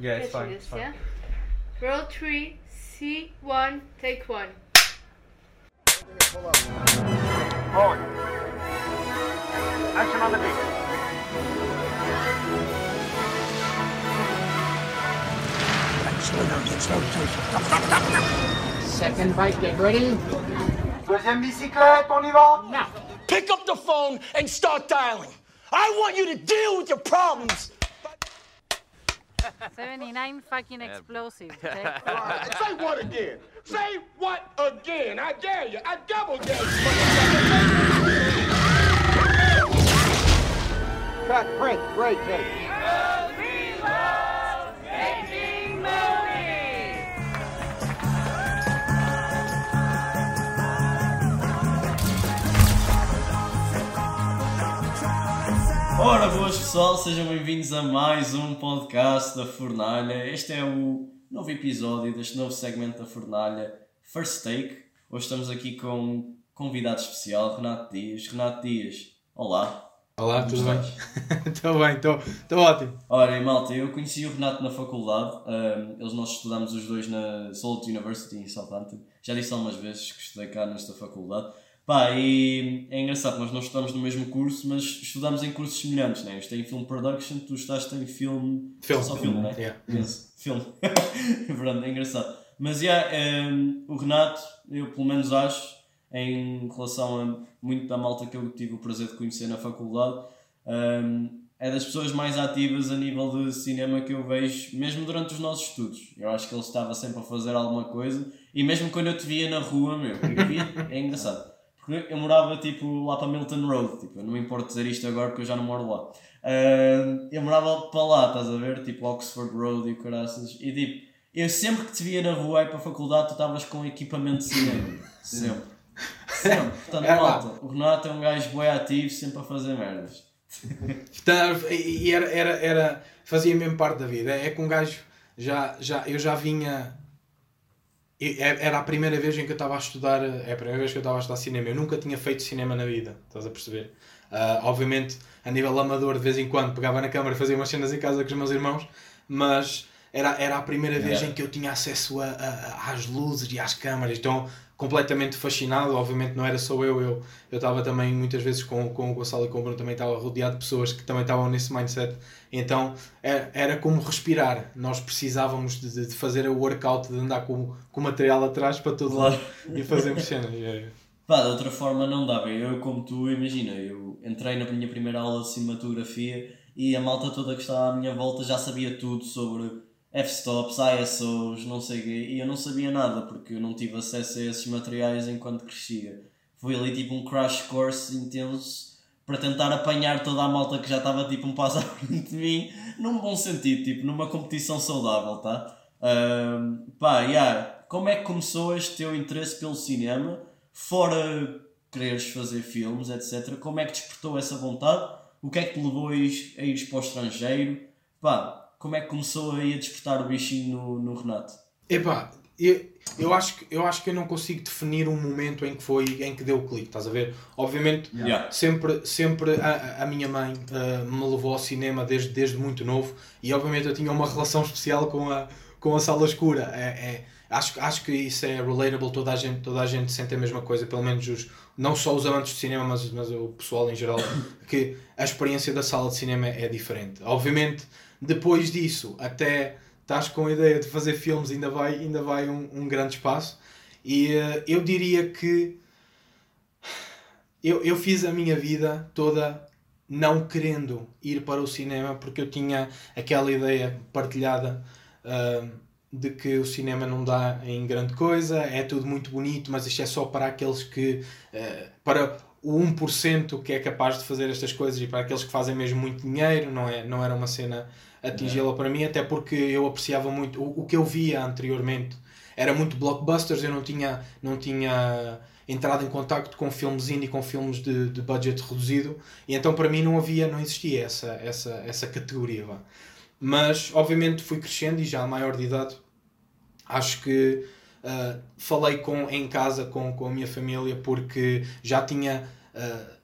Yeah, it's fine. This, yeah? Roll 3, C1, take 1. Rolling. Action on the beat. Second bike, get ready. Deuxième bicyclette, on y va? Now. Pick up the phone and start dialing. I want you to deal with your problems. 79 fucking explosives. Okay? Say what again? Say what again? I dare you. I double dare you. Cut, print, great take. Ora, boas pessoal, sejam bem-vindos a mais um podcast da Fornalha. Este é o novo episódio deste novo segmento da Fornalha, First Take. Hoje estamos aqui com um convidado especial, Renato Dias. Renato Dias, olá. Olá, tudo bem? Estou bem, estou ótimo. Ora, malta, eu conheci o Renato na faculdade. Nós estudamos os dois na Salute University em Southampton. Já disse algumas vezes que estudei cá nesta faculdade. Pá, e é engraçado, nós não estudamos no mesmo curso, mas estudamos em cursos semelhantes, né? Eu estou em Film Production, tu estás em filme... Só filme, né? Yeah. Filme. Pronto, é engraçado. Mas, o Renato, eu pelo menos acho, em relação a muito da malta que eu tive o prazer de conhecer na faculdade, é das pessoas mais ativas a nível de cinema que eu vejo, mesmo durante os nossos estudos. Eu acho que ele estava sempre a fazer alguma coisa, e mesmo quando eu te via na rua, é engraçado. Porque eu morava tipo lá para Milton Road, tipo, eu não me importo dizer isto agora porque eu já não moro lá. Eu morava para lá, estás a ver? Tipo Oxford Road e o caraças. E tipo, eu sempre que te via na rua e para a faculdade tu estavas com equipamento de cinema. Sempre. Portanto, malta, o Renato é um gajo bué ativo, sempre a fazer merdas. E era fazia mesmo parte da vida. É que um gajo eu já vinha... Era a primeira vez em que eu estava a estudar, é a primeira vez que eu estava a estudar cinema. Eu nunca tinha feito cinema na vida, estás a perceber? Obviamente, a nível amador, de vez em quando pegava na câmara e fazia umas cenas em casa com os meus irmãos, mas era a primeira vez em que eu tinha acesso às luzes e às câmaras. Então, completamente fascinado. Obviamente não era só eu estava também muitas vezes com o Gonçalo e com o Bruno, também estava rodeado de pessoas que também estavam nesse mindset. Então era como respirar. Nós precisávamos de fazer o workout, de andar com o material atrás para todo lado e fazermos cenas. Pá, de outra forma não dava. Eu, como tu, imagina, eu entrei na minha primeira aula de cinematografia e a malta toda que estava à minha volta já sabia tudo sobre f-stops, ISOs, não sei o quê, e eu não sabia nada porque eu não tive acesso a esses materiais enquanto crescia. Foi ali tipo um crash course intenso para tentar apanhar toda a malta que já estava tipo um passo à frente de mim, num bom sentido, tipo numa competição saudável, tá? Como é que começou este teu interesse pelo cinema, fora quereres fazer filmes, etc? Como é que despertou essa vontade? O que é que te levou a ir para o estrangeiro? Pá, como é que começou a despertar o bichinho no Renato? Epá, eu acho que eu não consigo definir um momento em que deu o clique, estás a ver? Obviamente, sempre a minha mãe me levou ao cinema desde muito novo e obviamente eu tinha uma relação especial com a sala escura. Acho que isso é relatable, toda a gente sente a mesma coisa, pelo menos não só os amantes de cinema, mas o pessoal em geral, que a experiência da sala de cinema é diferente. Obviamente, depois disso, até estás com a ideia de fazer filmes, ainda vai um grande espaço. E eu diria que eu fiz a minha vida toda não querendo ir para o cinema, porque eu tinha aquela ideia partilhada de que o cinema não dá em grande coisa, é tudo muito bonito, mas isto é só para aqueles que... para o 1% que é capaz de fazer estas coisas e para aqueles que fazem mesmo muito dinheiro, não era uma cena atingi-la para mim, até porque eu apreciava muito o que eu via anteriormente. Era muito blockbusters, eu não tinha entrado em contacto com filmes indie, com filmes de budget reduzido, e então para mim não existia essa categoria. Mas obviamente fui crescendo e já a maior de idade acho que falei em casa com a minha família, porque já tinha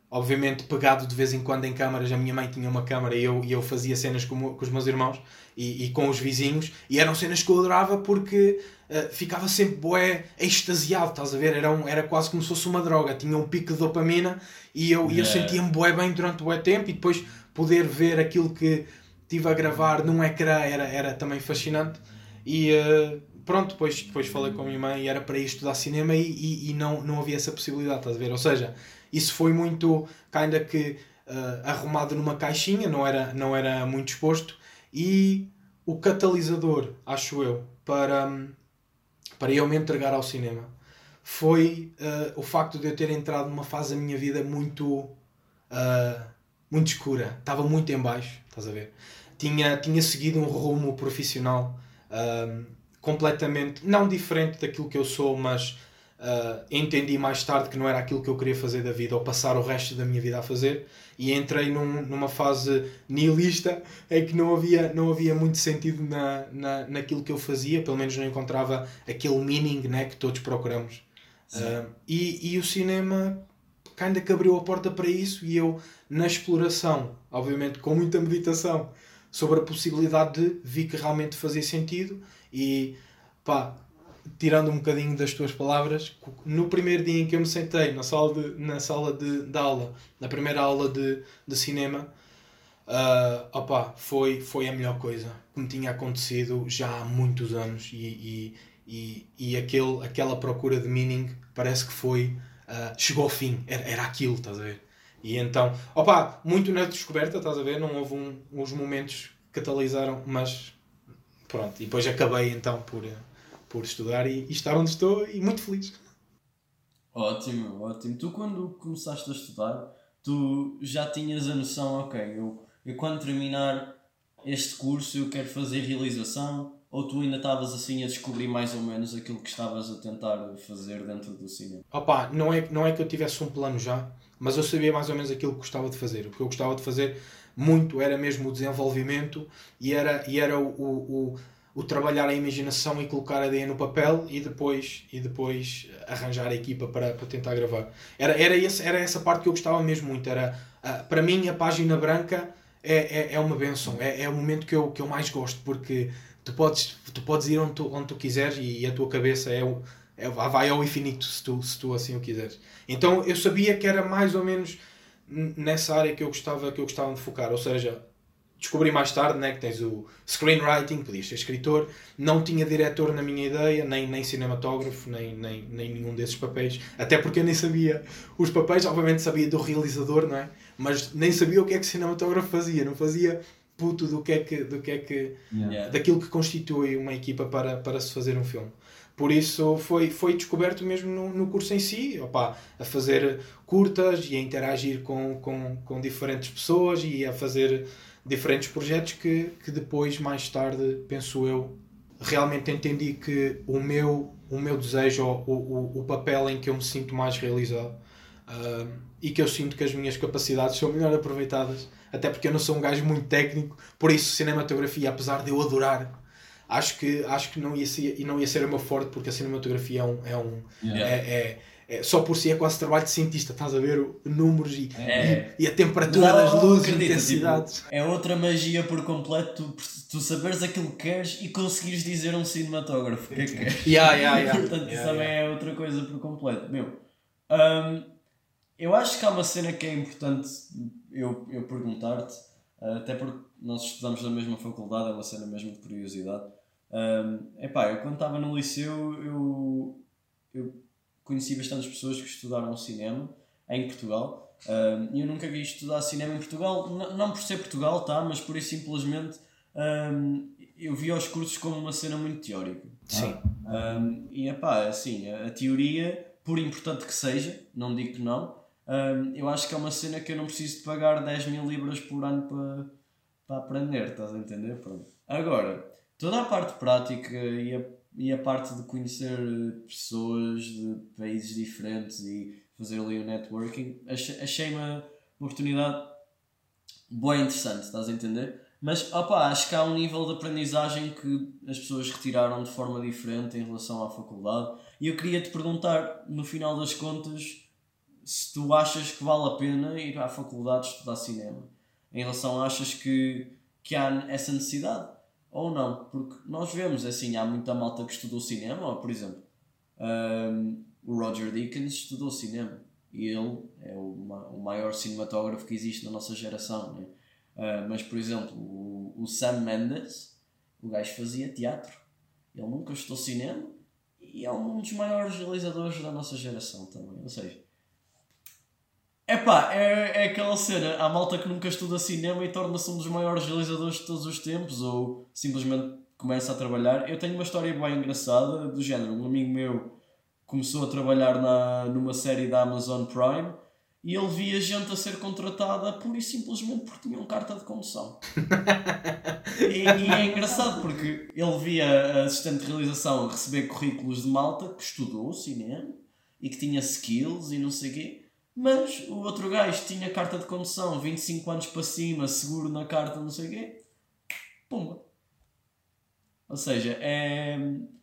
obviamente pegado de vez em quando em câmaras. A minha mãe tinha uma câmara e eu fazia cenas com os meus irmãos e com os vizinhos, e eram cenas que eu adorava porque ficava sempre bué extasiado, estás a ver? Era quase como se fosse uma droga, tinha um pico de dopamina e eu sentia-me bué bem durante bué tempo, e depois poder ver aquilo que estive a gravar num ecrã era também fascinante. E pronto, depois falei com a minha mãe e era para ir estudar cinema e não havia essa possibilidade, estás a ver? Ou seja, isso foi muito ainda que arrumado numa caixinha, não era muito exposto, e o catalisador, acho eu, para eu me entregar ao cinema foi o facto de eu ter entrado numa fase da minha vida muito escura. Estava muito em baixo, estás a ver? Tinha seguido um rumo profissional completamente, não diferente daquilo que eu sou, mas entendi mais tarde que não era aquilo que eu queria fazer da vida, ou passar o resto da minha vida a fazer, e entrei numa fase nihilista em que não havia muito sentido naquilo que eu fazia, pelo menos não encontrava aquele meaning, né, que todos procuramos. E o cinema ainda que abriu a porta para isso, e eu, na exploração, obviamente com muita meditação sobre a possibilidade vi que realmente fazia sentido. E pá, tirando um bocadinho das tuas palavras, no primeiro dia em que eu me sentei na sala de aula, na primeira aula de cinema, foi a melhor coisa que me tinha acontecido já há muitos anos, e aquela procura de meaning parece que chegou ao fim, era aquilo, estás a ver? E então, muito na descoberta, estás a ver? Não houve uns momentos que catalisaram, mas pronto, e depois acabei então por estudar e estar onde estou, e muito feliz. Ótimo, ótimo. Tu, quando começaste a estudar, tu já tinhas a noção, ok, eu quando terminar este curso eu quero fazer realização, ou tu ainda estavas assim a descobrir mais ou menos aquilo que estavas a tentar fazer dentro do cinema? Não é que eu tivesse um plano já, mas eu sabia mais ou menos aquilo que gostava de fazer. O que eu gostava de fazer muito era mesmo o desenvolvimento, e era o trabalhar a imaginação e colocar a ideia no papel, e depois arranjar a equipa para tentar gravar. Era essa parte que eu gostava mesmo muito. Para mim, a página branca é uma bênção, é o momento que eu mais gosto, porque tu podes ir onde tu quiseres, e a tua cabeça vai ao infinito se tu assim o quiseres. Então eu sabia que era mais ou menos nessa área que eu gostava de focar. Ou seja, descobri mais tarde, né, que tens o screenwriting, podias ser escritor, não tinha diretor na minha ideia, nem cinematógrafo, nem nenhum desses papéis, até porque eu nem sabia os papéis. Obviamente sabia do realizador, não é? Mas nem sabia o que é que o cinematógrafo fazia, não fazia puto do que é que daquilo que constitui uma equipa para se fazer um filme. Por isso foi descoberto mesmo no curso em si, a fazer curtas e a interagir com diferentes pessoas e a fazer diferentes projetos que depois, mais tarde, penso eu, realmente entendi que o meu desejo, o papel em que eu me sinto mais realizado, e que eu sinto que as minhas capacidades são melhor aproveitadas, até porque eu não sou um gajo muito técnico. Por isso, cinematografia, apesar de eu adorar, acho que não ia ser o meu forte, porque a cinematografia só por si é quase trabalho de cientista, estás a ver números e a temperatura das luzes, intensidades. Tipo, é outra magia por completo, tu saberes aquilo que queres e conseguires dizer a um cinematógrafo o que é que queres. Portanto, isso também é outra coisa por completo. Eu acho que há uma cena que é importante eu perguntar-te, até porque nós estudamos na mesma faculdade, é uma cena mesmo de curiosidade. Eu quando estava no liceu, eu conheci bastantes pessoas que estudaram cinema em Portugal, e eu nunca vi estudar cinema em Portugal, não por ser Portugal, tá? Mas por isso simplesmente eu vi os cursos como uma cena muito teórica. Sim. Assim, a teoria, por importante que seja, não digo que não, eu acho que é uma cena que eu não preciso de pagar 10.000 libras por ano para aprender, estás a entender? Pronto. Agora, toda a parte prática e a parte de conhecer pessoas de países diferentes e fazer ali o networking, achei uma oportunidade bem interessante, estás a entender? Mas acho que há um nível de aprendizagem que as pessoas retiraram de forma diferente em relação à faculdade, e eu queria te perguntar, no final das contas, se tu achas que vale a pena ir à faculdade estudar cinema, em relação a achas que há essa necessidade ou não, porque nós vemos assim, há muita malta que estudou cinema, ou, por exemplo, o Roger Deakins estudou cinema e ele é o maior cinematógrafo que existe na nossa geração, né? Mas por exemplo o Sam Mendes, o gajo fazia teatro, ele nunca estudou cinema e é um dos maiores realizadores da nossa geração também, ou seja, é aquela cena, há malta que nunca estuda cinema e torna-se um dos maiores realizadores de todos os tempos, ou simplesmente começa a trabalhar. Eu tenho uma história bem engraçada, do género, um amigo meu começou a trabalhar numa série da Amazon Prime e ele via gente a ser contratada pura e simplesmente porque tinham carta de condução. E é engraçado porque ele via a assistente de realização a receber currículos de malta que estudou cinema e que tinha skills e não sei o quê. Mas o outro gajo tinha carta de condução, 25 anos para cima, seguro na carta, não sei o quê. Pumba. Ou seja, é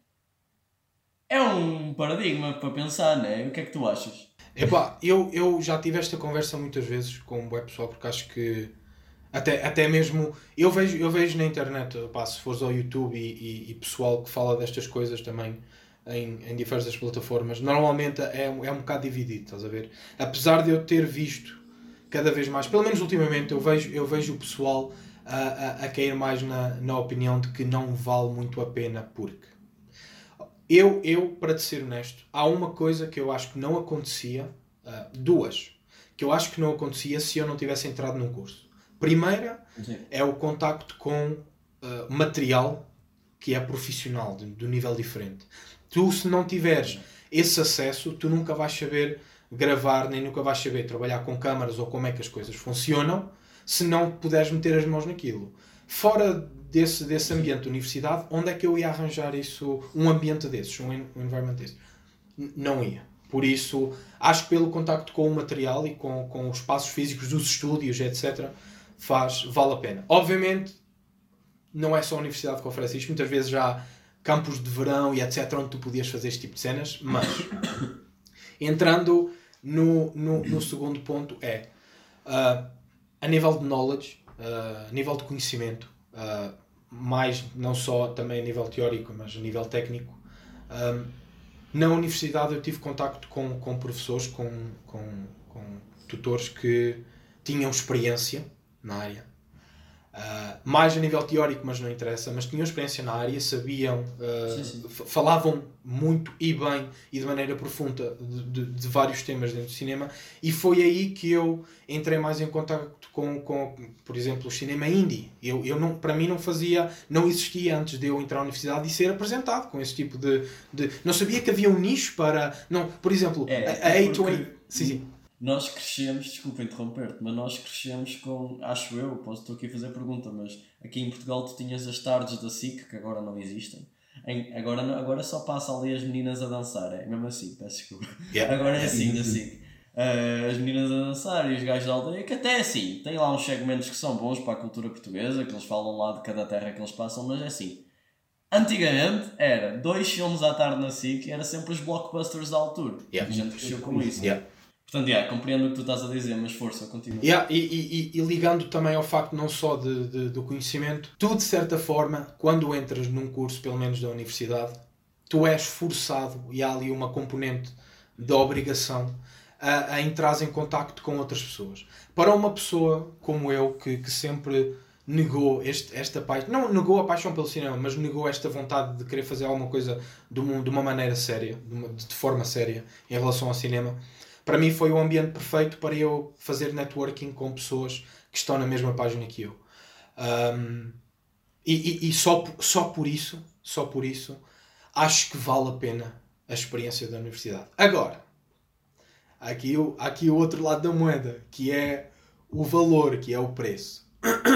um paradigma para pensar, não é? O que é que tu achas? Epá, eu já tive esta conversa muitas vezes com o web pessoal, porque acho que até mesmo eu vejo na internet, pá, se fores ao YouTube e pessoal que fala destas coisas também em diversas plataformas, normalmente é um bocado dividido, estás a ver? Apesar de eu ter visto cada vez mais, pelo menos ultimamente, eu vejo o pessoal a cair mais na opinião de que não vale muito a pena, porque eu, para te ser honesto, há uma coisa que eu acho que não acontecia, duas, que eu acho que não acontecia se eu não tivesse entrado num curso. Primeira, é o contacto com material que é profissional, do nível diferente. Tu, se não tiveres esse acesso, tu nunca vais saber gravar, nem nunca vais saber trabalhar com câmaras ou como é que as coisas funcionam, se não puderes meter as mãos naquilo. Fora desse ambiente de universidade, onde é que eu ia arranjar isso, um ambiente desses, um environment desses? Não ia. Por isso, acho que pelo contacto com o material e com os espaços físicos dos estúdios, etc., vale a pena. Obviamente, não é só a universidade que oferece isto, muitas vezes já há campos de verão e etc., onde tu podias fazer este tipo de cenas, mas entrando no segundo ponto a nível de knowledge, a nível de conhecimento, mais não só também a nível teórico, mas a nível técnico. Na universidade eu tive contacto com professores, com tutores que tinham experiência na área. Mais a nível teórico, mas não interessa, mas tinham experiência na área, sabiam, falavam muito e bem e de maneira profunda de vários temas dentro do cinema, e foi aí que eu entrei mais em contacto com por exemplo, o cinema indie. Eu não, para mim não existia antes de eu entrar na universidade e ser apresentado com esse tipo de não sabia que havia um nicho para, não, por exemplo, a A20. Sim. Nós crescemos, desculpa interromper-te, mas nós crescemos com, acho eu, estou aqui a fazer pergunta, mas aqui em Portugal tu tinhas as tardes da SIC, que agora não existem. Agora só passa ali as meninas a dançar, é mesmo assim, peço desculpa. Yeah. Agora é assim, assim. As meninas a dançar e os gajos da aldeia, que até é assim, tem lá uns segmentos que são bons para a cultura portuguesa, que eles falam lá de cada terra que eles passam, mas é assim. Antigamente era 2 filmes à tarde na SIC e era sempre os blockbusters da altura. Yeah. A gente cresceu com isso. Yeah. Portanto, compreendo o que tu estás a dizer, mas força, continua. E ligando também ao facto não só do conhecimento, tu de certa forma, quando entras num curso, pelo menos da universidade, tu és forçado, e há ali uma componente da obrigação, a entrar em contacto com outras pessoas. Para uma pessoa como eu, que sempre negou esta paixão, não negou a paixão pelo cinema, mas negou esta vontade de querer fazer alguma coisa de uma maneira séria, de forma séria, em relação ao cinema, para mim foi o ambiente perfeito para eu fazer networking com pessoas que estão na mesma página que eu. E só por isso, acho que vale a pena a experiência da universidade. Agora, há aqui o outro lado da moeda, que é o valor, que é o preço.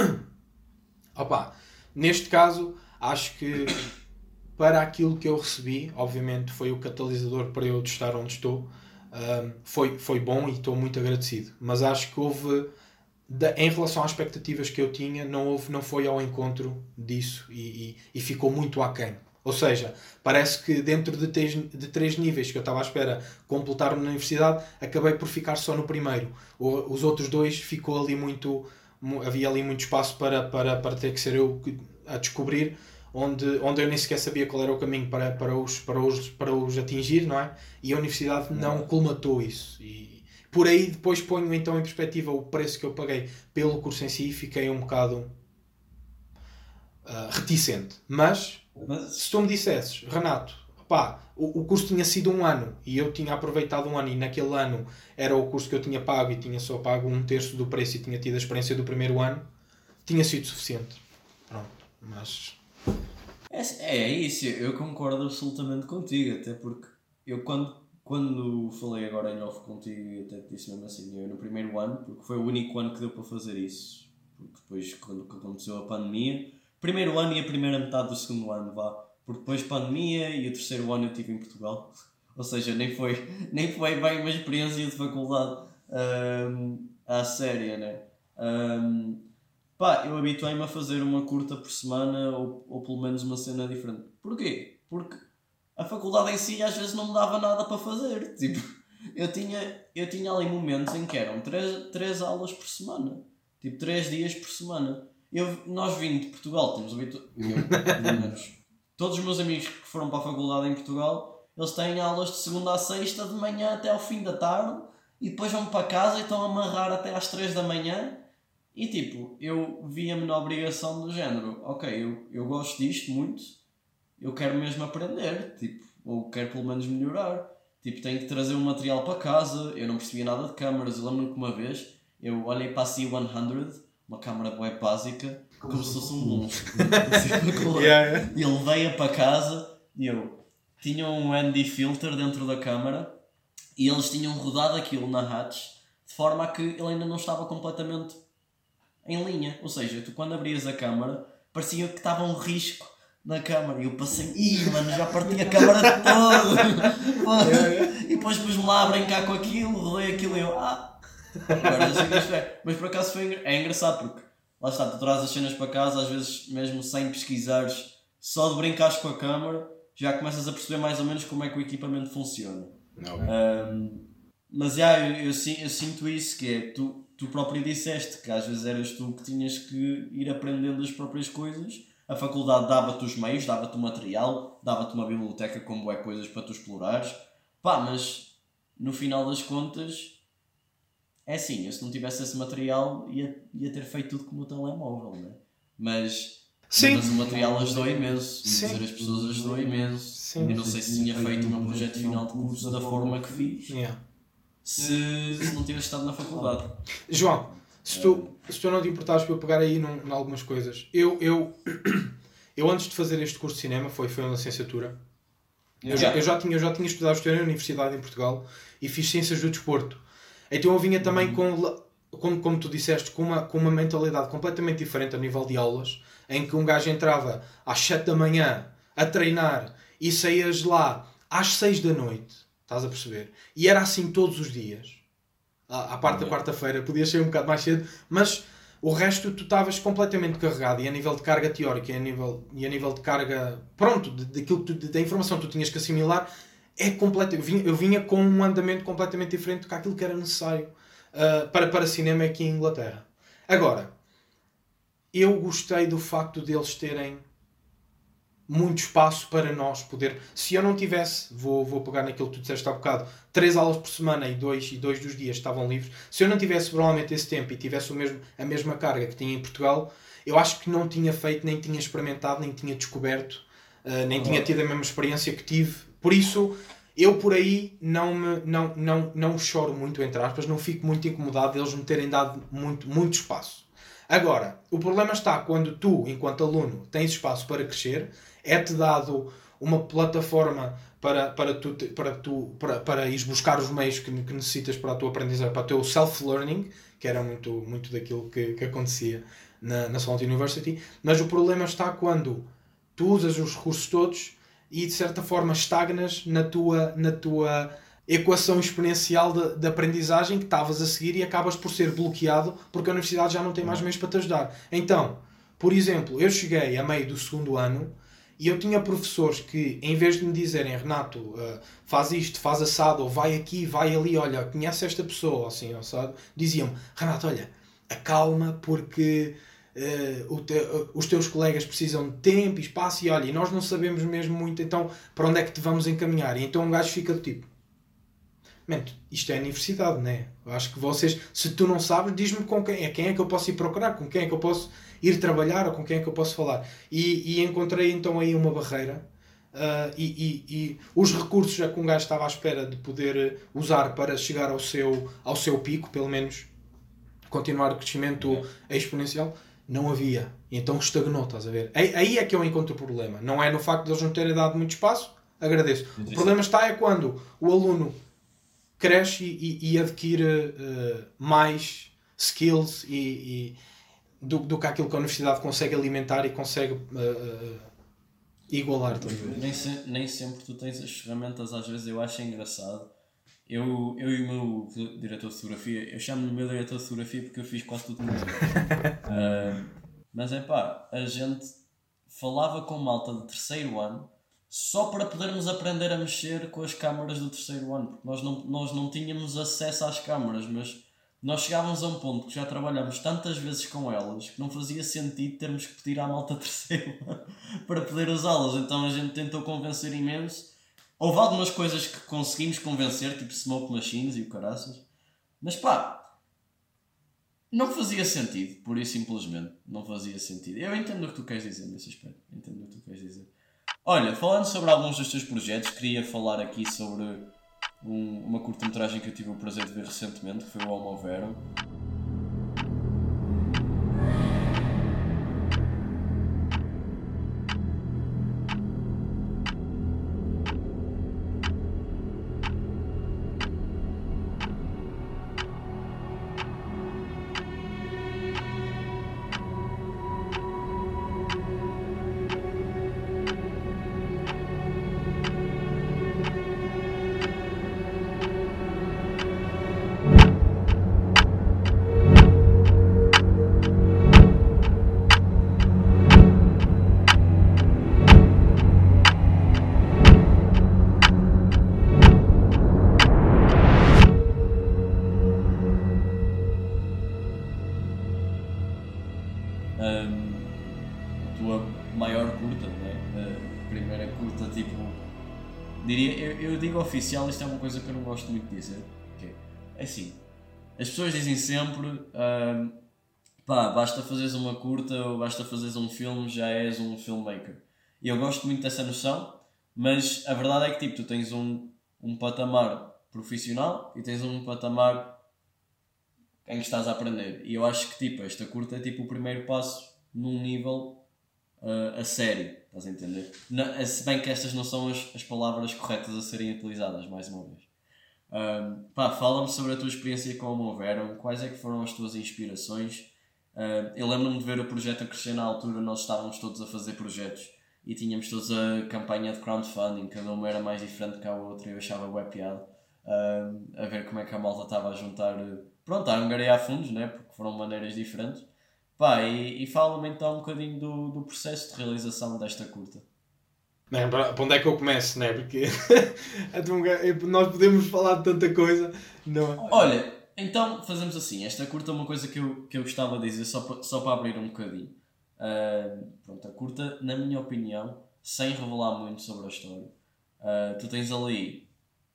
Neste caso, acho que para aquilo que eu recebi, obviamente foi o catalisador para eu estar onde estou. Foi bom e estou muito agradecido, mas acho que houve, em relação às expectativas que eu tinha, não foi ao encontro disso e ficou muito aquém Ou seja, parece que dentro de 3 níveis que eu estava à espera completar na universidade, acabei por ficar só no primeiro. Os outros 2 ficou ali havia ali muito espaço para ter que ser eu a descobrir, onde eu nem sequer sabia qual era o caminho para os atingir, não é? E a universidade não colmatou isso. E por aí depois ponho então em perspectiva o preço que eu paguei pelo curso em si e fiquei um bocado reticente. Mas se tu me dissesses, Renato, pá, o curso tinha sido 1 ano e eu tinha aproveitado 1 ano e naquele ano era o curso que eu tinha pago e tinha só pago 1/3 do preço e tinha tido a experiência do primeiro ano, tinha sido suficiente. Pronto, mas... É isso, eu concordo absolutamente contigo, até porque eu quando falei agora em off contigo, e até te disse mesmo assim, eu no primeiro ano, porque foi o único ano que deu para fazer isso, porque depois quando aconteceu a pandemia, primeiro ano e a primeira metade do segundo ano, porque depois pandemia e o terceiro ano eu estive em Portugal, ou seja, nem foi bem uma experiência de faculdade à séria, né? Eu habituei-me a fazer uma curta por semana ou pelo menos uma cena diferente. Porquê? Porque a faculdade em si às vezes não me dava nada para fazer. Tipo, eu tinha ali momentos em que eram 3 aulas por semana. Tipo, 3 dias por semana. Nós vindo de Portugal, temos pelo menos todos os meus amigos que foram para a faculdade em Portugal, eles têm aulas de segunda a sexta, de manhã até ao fim da tarde, e depois vão para casa e estão a amarrar até às 3 da manhã. E tipo, eu via-me na obrigação do género, ok, eu gosto disto muito, eu quero mesmo aprender, tipo, ou quero pelo menos melhorar. Tipo, tenho que trazer um material para casa, eu não percebia nada de câmaras. Eu lembro-me que uma vez eu olhei para a C100, uma câmara web básica, como se fosse um monstro. E ele veio para casa e eu tinha um ND filter dentro da câmara e eles tinham rodado aquilo na hatch de forma a que ele ainda não estava completamente em linha. Ou seja, tu quando abrias a câmara parecia que estava um risco na câmara e eu passei, já parti a câmara toda. E depois pus-me lá a brincar com aquilo, rodei aquilo e eu, agora sei que isto é. Mas por acaso é engraçado porque lá está, tu trazes as cenas para casa, às vezes mesmo sem pesquisares, só de brincares com a câmara já começas a perceber mais ou menos como é que o equipamento funciona. Mas eu sinto isso, que é, tu próprio disseste que às vezes eras tu que tinhas que ir aprendendo as próprias coisas. A faculdade dava-te os meios, dava-te o material, dava-te uma biblioteca com bué coisas para tu explorares. Mas no final das contas, é assim, eu se não tivesse esse material ia ter feito tudo como o telemóvel, né? Mas o material ajudou imenso, dizer as pessoas ajudou imenso. Eu não sei se tinha feito o meu projeto final de curso da forma que fiz, se não tivesse estado na faculdade. João, se tu não te importares para eu pegar aí em algumas coisas, eu antes de fazer este curso de cinema, foi uma licenciatura. Eu já tinha estudado história na universidade em Portugal e fiz ciências do desporto. Então eu vinha também como tu disseste, com uma mentalidade completamente diferente a nível de aulas, em que um gajo entrava às 7 da manhã a treinar e saías lá às 6 da noite, estás a perceber? E era assim todos os dias. À parte da quarta-feira, podias sair um bocado mais cedo, mas o resto tu estavas completamente carregado, e a nível de carga teórica e a nível de carga, pronto, da informação que tu tinhas que assimilar, eu vinha com um andamento completamente diferente do que aquilo que era necessário para cinema aqui em Inglaterra. Agora, eu gostei do facto de eles terem muito espaço para nós poder... Se eu não tivesse, vou pegar naquilo que tu disseste há bocado, 3 aulas por semana e dois dos dias estavam livres, se eu não tivesse provavelmente esse tempo e tivesse a mesma carga que tinha em Portugal, eu acho que não tinha feito, nem tinha experimentado, nem tinha descoberto, nem tinha tido a mesma experiência que tive. Por isso, eu por aí não choro muito, entre aspas, não fico muito incomodado de eles me terem dado muito espaço. Agora, o problema está quando tu, enquanto aluno, tens espaço para crescer, é-te dado uma plataforma para ires buscar os meios que necessitas para a tua aprendizagem, para o teu self-learning, que era muito daquilo que acontecia na Salon University. Mas o problema está quando tu usas os recursos todos e, de certa forma, estagnas na tua equação exponencial de aprendizagem que estavas a seguir e acabas por ser bloqueado porque a universidade já não tem mais meios para te ajudar. Então, por exemplo, eu cheguei a meio do segundo ano E eu tinha professores que, em vez de me dizerem, Renato, faz isto, faz assado, ou vai aqui, vai ali, olha, conhece esta pessoa, assim, sabe? Diziam-me, Renato, olha, acalma, porque os teus colegas precisam de tempo e espaço, e olha, e nós não sabemos mesmo muito, então, para onde é que te vamos encaminhar? E então um gajo fica do tipo, isto é a universidade, não é? Eu acho que vocês, se tu não sabes, diz-me com quem é que eu posso ir procurar, com quem é que eu posso ir trabalhar ou com quem é que eu posso falar. E encontrei então aí uma barreira e os recursos a que um gajo estava à espera de poder usar para chegar ao seu pico, pelo menos continuar o crescimento exponencial, não havia. E então estagnou, estás a ver? Aí é que eu encontro o problema. Não é no facto de eles não terem dado muito espaço, agradeço. O problema está quando o aluno cresce e adquire mais skills do que aquilo que a universidade consegue alimentar e consegue igualar. Nem sempre tu tens as ferramentas, às vezes eu acho engraçado. Eu e o meu diretor de fotografia, eu chamo-lhe o meu diretor de fotografia porque eu fiz quase tudo com ele. Mas a gente falava com malta de terceiro ano só para podermos aprender a mexer com as câmaras do terceiro ano, porque nós não tínhamos acesso às câmaras, mas nós chegávamos a um ponto que já trabalhámos tantas vezes com elas que não fazia sentido termos que pedir à malta terceiro para poder usá-las. Então a gente tentou convencer imenso. Houve algumas coisas que conseguimos convencer, tipo smoke machines e o caraças, mas não fazia sentido, pura e simplesmente não fazia sentido. Eu entendo o que tu queres dizer nesse aspecto, entendo o que tu queres dizer. Olha, falando sobre alguns dos teus projetos, queria falar aqui sobre uma curta-metragem que eu tive o prazer de ver recentemente, que foi o Homo Verum. A tua maior curta, não é? A primeira curta, tipo, diria, eu digo oficial, isto é uma coisa que eu não gosto muito de dizer, que é assim, as pessoas dizem sempre, basta fazeres uma curta ou basta fazeres um filme, já és um filmmaker. E eu gosto muito dessa noção, mas a verdade é que tipo, tu tens um patamar profissional e tens um patamar em que estás a aprender. E eu acho que tipo, esta curta é tipo o primeiro passo num nível a sério, estás a entender? Se bem que estas não são as palavras corretas a serem utilizadas, mais uma vez. Fala-me sobre a tua experiência com o Homo Verum, quais é que foram as tuas inspirações? Eu lembro-me de ver o projeto a crescer na altura, nós estávamos todos a fazer projetos e tínhamos todos a campanha de crowdfunding, cada uma era mais diferente que a outra e eu achava bué piada a ver como é que a malta estava a juntar, a angariar fundos, né? Porque foram maneiras diferentes. E fala-me então um bocadinho do processo de realização desta curta. Não, para onde é que eu começo, né? Porque nós podemos falar de tanta coisa. Não. Olha, então fazemos assim, esta curta é uma coisa que eu gostava de dizer só para abrir um bocadinho. A curta, na minha opinião, sem revelar muito sobre a história, tu tens ali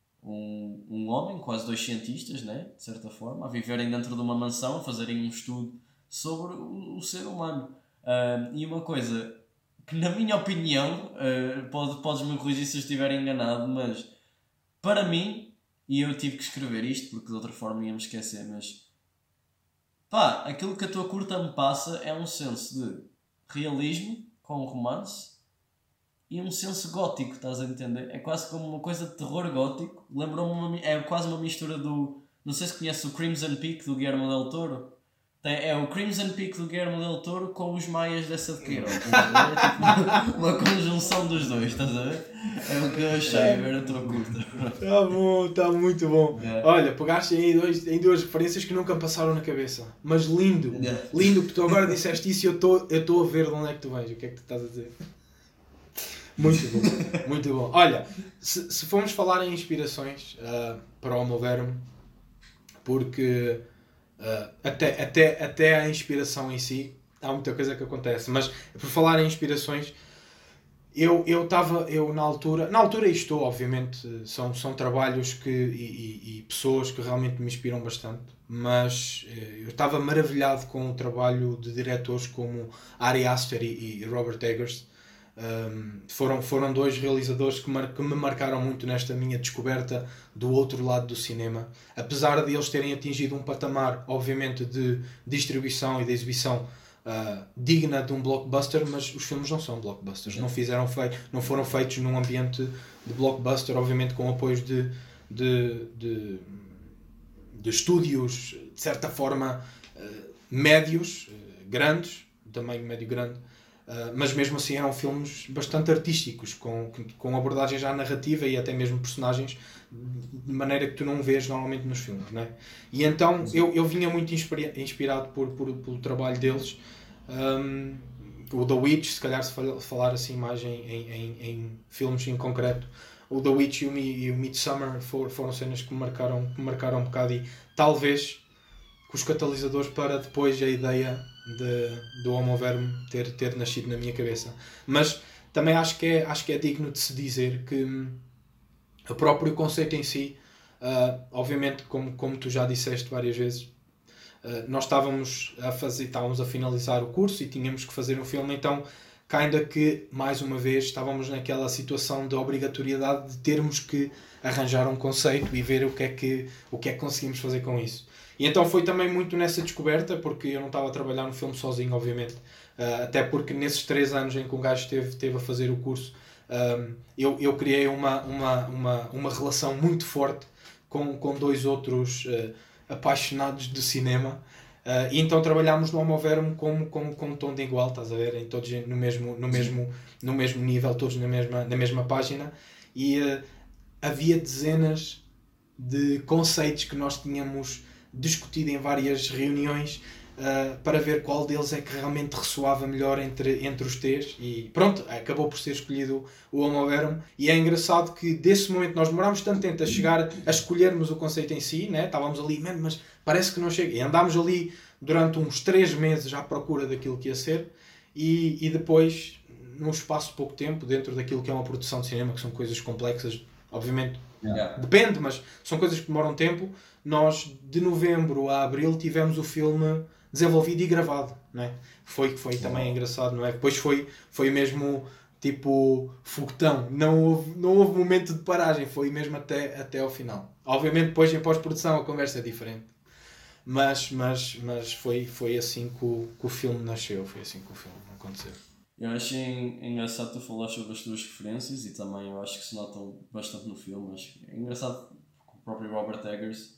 um homem, quase dois cientistas, né, de certa forma, a viverem dentro de uma mansão, a fazerem um estudo sobre o ser humano. E uma coisa que, na minha opinião, podes-me corrigir se eu estiver enganado, mas para mim, e eu tive que escrever isto porque de outra forma ia-me esquecer, mas aquilo que a tua curta me passa é um senso de realismo com romance e um senso gótico, estás a entender? É quase como uma coisa de terror gótico. Lembrou-me, é quase uma mistura do... Não sei se conheces o Crimson Peak do Guillermo del Toro. É o Crimson Peak do Guillermo del Toro com os maias dessa de Queiroz. É tipo uma conjunção dos dois, estás a ver? É o que eu achei, ver a tua curta. Está bom, está muito bom. Olha, pegaste aí em duas referências que nunca me passaram na cabeça. Mas lindo, lindo, porque tu agora disseste isso e eu estou a ver de onde é que tu vens. O que é que tu estás a dizer? Muito bom, muito bom. Olha, se formos falar em inspirações para o Homo Verum, porque até a inspiração em si, há muita coisa que acontece, mas por falar em inspirações, eu na altura estou, obviamente, são trabalhos e pessoas que realmente me inspiram bastante, mas eu estava maravilhado com o trabalho de diretores como Ari Aster e Robert Eggers. Foram dois realizadores que me marcaram muito nesta minha descoberta do outro lado do cinema, apesar de eles terem atingido um patamar, obviamente, de distribuição e de exibição digna de um blockbuster, mas os filmes não são blockbusters, não foram feitos num ambiente de blockbuster, obviamente com apoios de estúdios de certa forma médios, grandes, tamanho médio grande, mas mesmo assim eram filmes bastante artísticos, com abordagem já narrativa e até mesmo personagens de maneira que tu não vês normalmente nos filmes, não é? E então eu vinha muito inspirado pelo trabalho deles. O The Witch, se calhar, se falar assim mais em filmes em concreto, o The Witch e o Midsommar foram cenas que me marcaram um bocado, e talvez os catalisadores para depois a ideia do Homo Verum ter nascido na minha cabeça. Mas também acho que é digno de se dizer que o próprio conceito em si, obviamente, como tu já disseste várias vezes, nós estávamos a finalizar o curso e tínhamos que fazer um filme, então ainda que, mais uma vez, estávamos naquela situação de obrigatoriedade de termos que arranjar um conceito e ver o que é que conseguimos fazer com isso. E então foi também muito nessa descoberta, porque eu não estava a trabalhar no filme sozinho, obviamente, até porque nesses 3 anos em que um gajo esteve a fazer o curso, eu criei uma relação muito forte com 2 outros apaixonados de cinema, e então trabalhámos no Homo Verum como tom de igual, estás a ver, todos no mesmo nível, todos na mesma página, e havia dezenas de conceitos que nós tínhamos discutido em várias reuniões para ver qual deles é que realmente ressoava melhor entre os três, e pronto, acabou por ser escolhido o Homo Verum. E é engraçado que desse momento nós demorámos tanto tempo a chegar a escolhermos o conceito em si, né? Estávamos ali, mas parece que não chega, e andámos ali durante uns 3 meses à procura daquilo que ia ser, e depois, num espaço de pouco tempo, dentro daquilo que é uma produção de cinema, que são coisas complexas, obviamente, depende, mas são coisas que demoram tempo. Nós, de novembro a abril, tivemos o filme desenvolvido e gravado, não é? Foi também engraçado, não é? Depois foi mesmo tipo foguetão, não houve momento de paragem, foi mesmo até ao final. Obviamente depois em pós-produção a conversa é diferente, mas foi assim que o filme nasceu, foi assim que o filme aconteceu. Eu achei engraçado tu falar sobre as tuas referências, e também eu acho que se notam bastante no filme. Acho que é engraçado que o próprio Robert Eggers,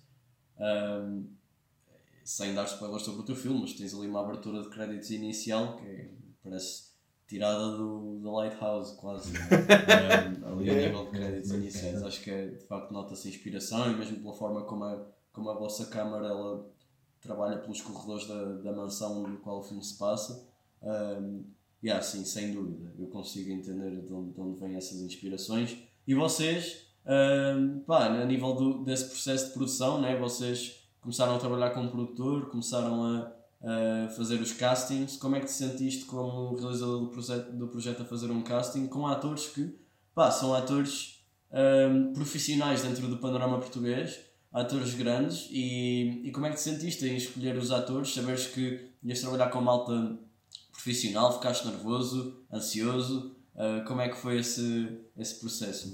sem dar spoilers sobre o teu filme, mas tens ali uma abertura de créditos inicial que parece tirada do Lighthouse, quase, ali a nível de créditos iniciais. Acho que de facto nota-se inspiração, e mesmo pela forma como a vossa câmara ela trabalha pelos corredores da mansão no qual o filme se passa. Sim, sem dúvida, eu consigo entender de onde vêm essas inspirações. E vocês, a nível desse processo de produção, né, vocês começaram a trabalhar como produtor, começaram a fazer os castings. Como é que te sentiste como realizador do projeto a fazer um casting com atores que são atores profissionais dentro do panorama português, atores grandes, e como é que te sentiste em escolher os atores, saberes que ias trabalhar com malta profissional, ficaste nervoso, ansioso? Como é que foi esse processo?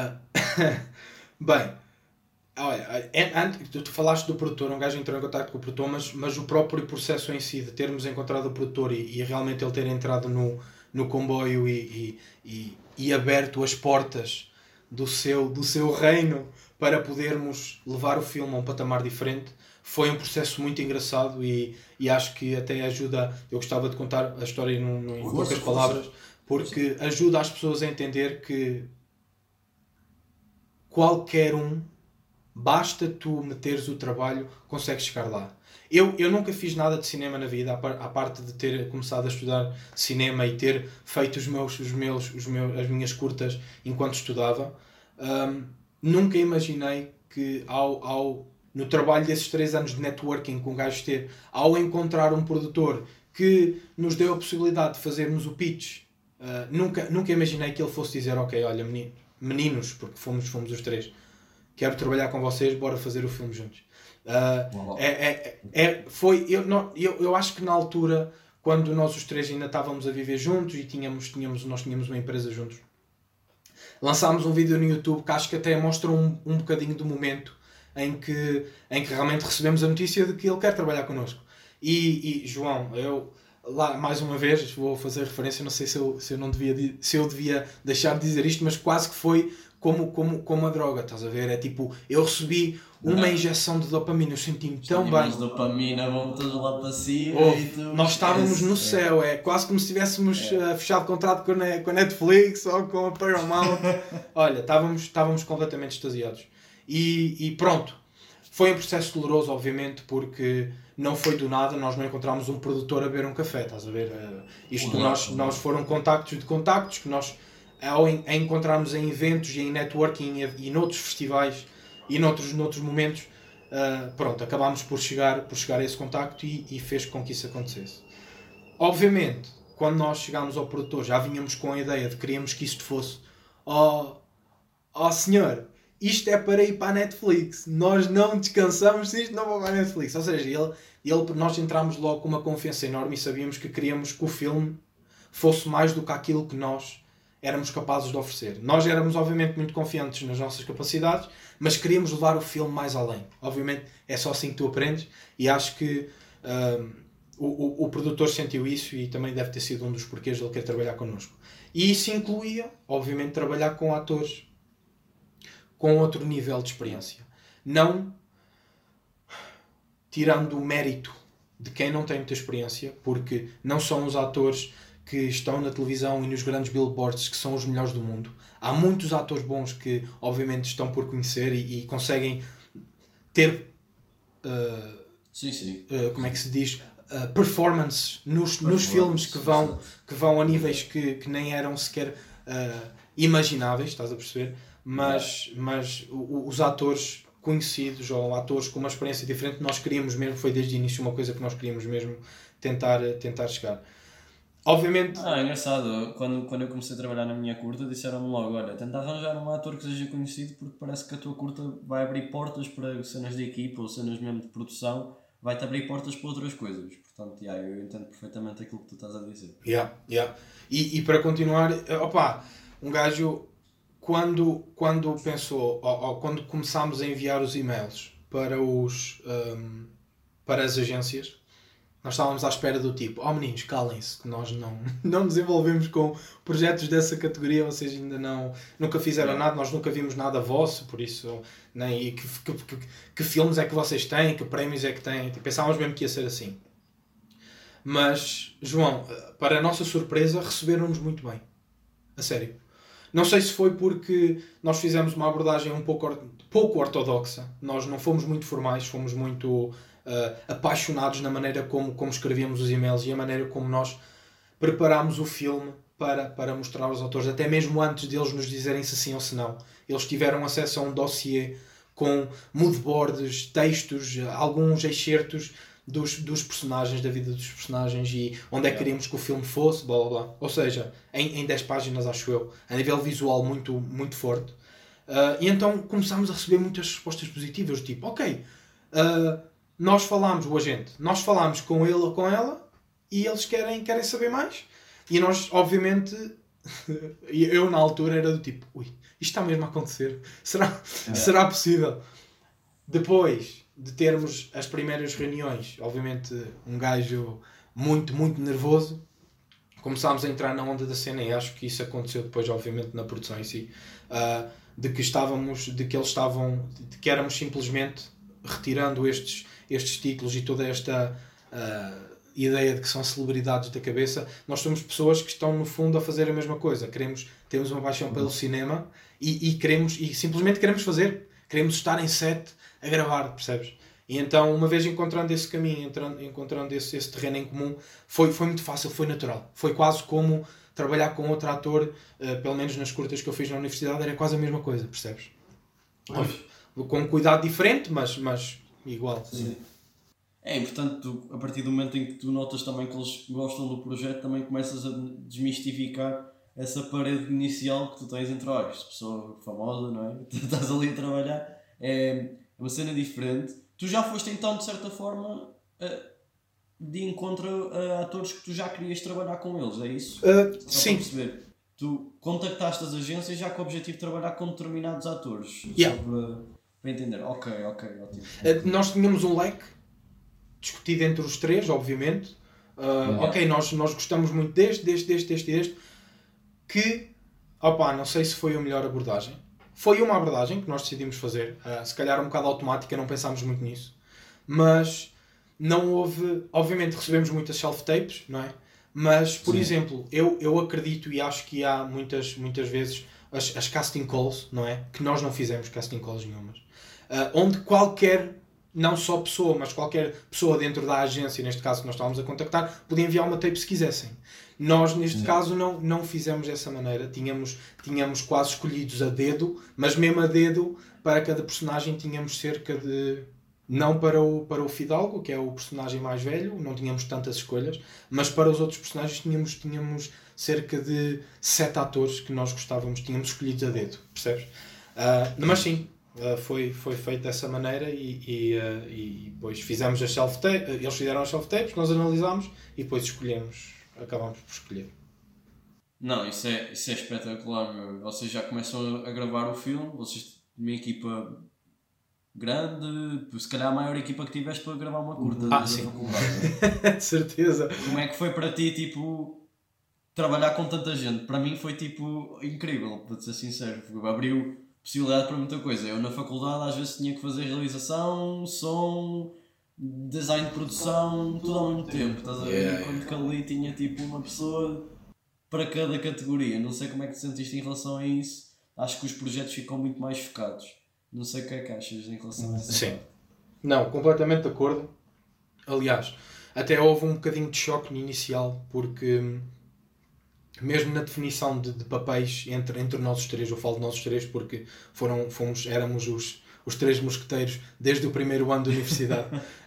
Bem, olha, tu falaste do produtor, um gajo entrou em contato com o produtor, mas o próprio processo em si de termos encontrado o produtor e realmente ele ter entrado no comboio e aberto as portas do seu reino para podermos levar o filme a um patamar diferente, foi um processo muito engraçado, e acho que até ajuda. Eu gostava de contar a história em poucas palavras, porque ajuda as pessoas a entender que qualquer basta tu meteres o trabalho, consegues chegar lá. Eu nunca fiz nada de cinema na vida, à parte de ter começado a estudar cinema e ter feito as minhas curtas enquanto estudava. Nunca imaginei que no trabalho desses 3 anos de networking que um gajo teve, ao encontrar um produtor que nos deu a possibilidade de fazermos o pitch, nunca imaginei que ele fosse dizer: ok, olha, meninos, porque fomos os 3, quero trabalhar com vocês, bora fazer o filme juntos. Eu acho que na altura, quando nós os 3 ainda estávamos a viver juntos e nós tínhamos uma empresa juntos, lançámos um vídeo no YouTube que acho que até mostra um bocadinho do momento em que realmente recebemos a notícia de que ele quer trabalhar connosco. E João, eu lá mais uma vez vou fazer referência, não sei se eu devia deixar de dizer isto, mas quase que foi como a droga, estás a ver? É tipo, eu recebi uma injeção de dopamina, eu senti-me tão bem. As dopamina vão todas lá para cima e tu... Nós estávamos no céu, é quase como se tivéssemos fechado contrato com a Netflix ou com a Paramount. Olha, estávamos completamente extasiados. E pronto, foi um processo doloroso, obviamente, porque não foi do nada, nós não encontramos um produtor a beber um café, estás a ver? Nós foram contactos que nós, ao encontrarmos em eventos e em networking e noutros festivais e noutros momentos, pronto, acabámos por chegar a esse contacto e fez com que isso acontecesse. Obviamente, quando nós chegámos ao produtor, já vínhamos com a ideia de que queríamos que isto fosse senhor, isto é para ir para a Netflix, nós não descansamos se isto não vai para a Netflix. Ou seja, nós entramos logo com uma confiança enorme e sabíamos que queríamos que o filme fosse mais do que aquilo que nós éramos capazes de oferecer. Nós éramos obviamente muito confiantes nas nossas capacidades, mas queríamos levar o filme mais além. Obviamente é só assim que tu aprendes, e acho que o produtor sentiu isso e também deve ter sido um dos porquês de ele querer trabalhar connosco. E isso incluía, obviamente, trabalhar com atores com outro nível de experiência. Não tirando o mérito de quem não tem muita experiência, porque não são os atores que estão na televisão e nos grandes billboards que são os melhores do mundo. Há muitos atores bons que obviamente estão por conhecer e conseguem ter como é que se diz, performances nos filmes que vão a níveis que nem eram sequer imagináveis, estás a perceber? Mas os atores conhecidos ou atores com uma experiência diferente, nós queríamos mesmo, foi desde o início uma coisa que nós queríamos mesmo tentar chegar. Obviamente... É engraçado, quando eu comecei a trabalhar na minha curta, disseram-me logo: olha, tenta arranjar um ator que seja conhecido, porque parece que a tua curta vai abrir portas para cenas de equipa ou cenas mesmo de produção, vai-te abrir portas para outras coisas. Portanto, eu entendo perfeitamente aquilo que tu estás a dizer. E para continuar, um gajo... Quando pensou, ou quando começámos a enviar os e-mails para as agências, nós estávamos à espera do tipo: meninos, calem-se, que nós não nos envolvemos com projetos dessa categoria, vocês ainda nunca fizeram nada, nós nunca vimos nada vosso, por isso, nem que filmes é que vocês têm, que prémios é que têm. Pensávamos mesmo que ia ser assim. Mas, João, para a nossa surpresa, receberam-nos muito bem. A sério. Não sei se foi porque nós fizemos uma abordagem um pouco ortodoxa. Nós não fomos muito formais, fomos muito apaixonados na maneira como escrevíamos os e-mails e a maneira como nós preparámos o filme para mostrar aos autores, até mesmo antes deles nos dizerem se sim ou se não. Eles tiveram acesso a um dossiê com moodboards, textos, alguns excertos dos personagens, da vida dos personagens e onde é que queríamos que o filme fosse, blá blá blá. Ou seja, em 10 páginas, acho eu, a nível visual muito, muito forte. E então começámos a receber muitas respostas positivas, tipo, ok, nós falámos com ele ou com ela e eles querem saber mais. E nós, obviamente, eu na altura era do tipo, isto está mesmo a acontecer? Será possível? Depois de termos as primeiras reuniões, obviamente um gajo muito, muito nervoso, começámos a entrar na onda da cena e acho que isso aconteceu depois, obviamente, na produção em si, de que éramos simplesmente retirando estes títulos e toda esta ideia de que são celebridades da cabeça. Nós somos pessoas que estão no fundo a fazer a mesma coisa, temos uma paixão pelo cinema e simplesmente queremos estar em set a gravar, percebes? E então, uma vez encontrando esse caminho, encontrando esse terreno em comum, foi muito fácil, foi natural. Foi quase como trabalhar com outro ator, pelo menos nas curtas que eu fiz na universidade, era quase a mesma coisa, percebes? Com um cuidado diferente, mas igual. Sim. É importante, a partir do momento em que tu notas também que eles gostam do projeto, também começas a desmistificar essa parede inicial que tu tens entre esta pessoa famosa, não é? Tu estás ali a trabalhar, é uma cena diferente. Tu já foste então, de certa forma, de encontro a atores que tu já querias trabalhar com eles, é isso? Sim. Para perceber. Tu contactaste as agências já com o objetivo de trabalhar com determinados atores. Yeah. Só para entender. Ok, ótimo. Nós tínhamos um leque discutido entre os três, obviamente. Ok, nós gostamos muito deste, que, não sei se foi a melhor abordagem. Foi uma abordagem que nós decidimos fazer, se calhar um bocado automática, não pensámos muito nisso, mas não houve, obviamente recebemos muitas self-tapes, não é? Mas, por exemplo, eu acredito e acho que há muitas vezes as casting calls, não é? Que nós não fizemos casting calls nenhumas, onde qualquer, não só pessoa, mas qualquer pessoa dentro da agência, neste caso que nós estávamos a contactar, podia enviar uma tape se quisessem. Nós, neste caso, não fizemos dessa maneira. Tínhamos quase escolhidos a dedo, mas mesmo a dedo, para cada personagem tínhamos cerca de... Não para o Fidalgo, que é o personagem mais velho, não tínhamos tantas escolhas, mas para os outros personagens tínhamos cerca de 7 atores que nós gostávamos, tínhamos escolhidos a dedo, percebes? Mas sim, foi feito dessa maneira e depois fizemos as self-tapes, eles fizeram as self-tapes, nós analisámos e depois acabámos por escolher. Não, isso é espetacular, meu. Vocês já começam a gravar o filme, vocês têm uma equipa grande, se calhar a maior equipa que tiveste para gravar uma curta. Sim. De certeza. Como é que foi para ti, tipo, trabalhar com tanta gente? Para mim foi, tipo, incrível, para ser sincero. Abriu possibilidade para muita coisa. Eu na faculdade às vezes tinha que fazer realização, som, design de produção, tudo ao mesmo tempo, estás a ver? Enquanto que ali tinha tipo uma pessoa para cada categoria. Não sei como é que te sentiste em relação a isso. Acho que os projetos ficam muito mais focados. Não sei o que é que achas em relação a isso. Sim. Não, completamente de acordo. Aliás, até houve um bocadinho de choque no inicial, porque mesmo na definição de papéis entre nós os três, eu falo de nós os três porque éramos os três mosqueteiros desde o primeiro ano da universidade.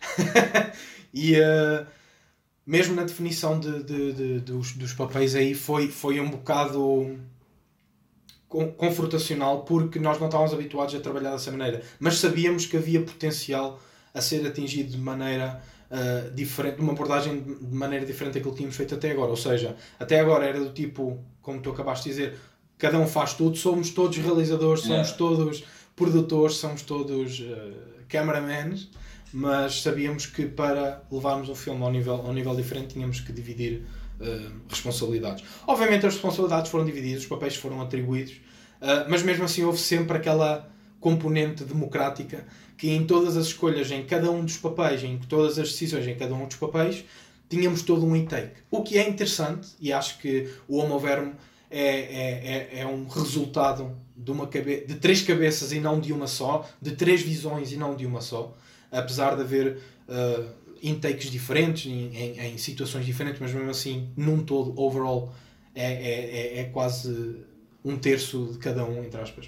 E mesmo na definição dos papéis aí foi um bocado confrontacional, porque nós não estávamos habituados a trabalhar dessa maneira, mas sabíamos que havia potencial a ser atingido de maneira diferente, de uma abordagem de maneira diferente daquilo que tínhamos feito até agora. Ou seja, até agora era do tipo, como tu acabaste de dizer, cada um faz tudo, somos todos realizadores, somos todos produtores, somos todos cameramans, mas sabíamos que para levarmos o filme ao nível diferente tínhamos que dividir responsabilidades. Obviamente as responsabilidades foram divididas, os papéis foram atribuídos, mas mesmo assim houve sempre aquela componente democrática que em todas as escolhas, em cada um dos papéis, em todas as decisões em cada um dos papéis, tínhamos todo um e-take. O que é interessante, e acho que o Homo Vermo é um resultado de 3 cabeças e não de uma só, de 3 visões e não de uma só, apesar de haver intakes diferentes, em situações diferentes, mas mesmo assim, num todo, overall, é quase 1/3 de cada um, entre aspas.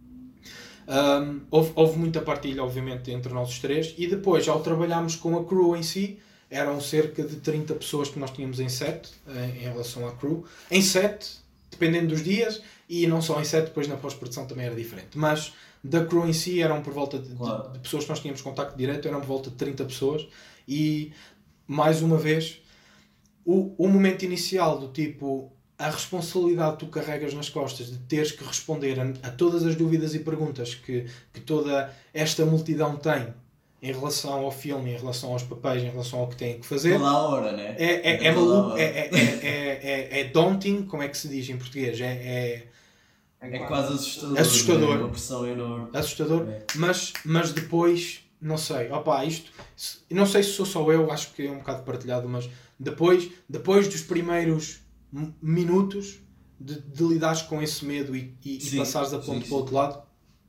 Houve muita partilha, obviamente, entre nós os três, e depois, ao trabalharmos com a crew em si, eram cerca de 30 pessoas que nós tínhamos em set, em relação à crew. Em set, dependendo dos dias, e não só em set, depois na pós-produção também era diferente. Mas da crew em si eram por volta de pessoas que nós tínhamos contacto direto, eram por volta de 30 pessoas, e mais uma vez, o momento inicial do tipo, a responsabilidade que tu carregas nas costas de teres que responder a todas as dúvidas e perguntas que toda esta multidão tem em relação ao filme, em relação aos papéis, em relação ao que têm que fazer. Toda a hora, né? É maluco, é daunting, como é que se diz em português? É quase assustador. Assustador. É uma pressão enorme. Assustador, mas depois, não sei, não sei se sou só eu, acho que é um bocado partilhado, mas depois dos primeiros minutos de lidares com esse medo e passares da ponte para o outro lado,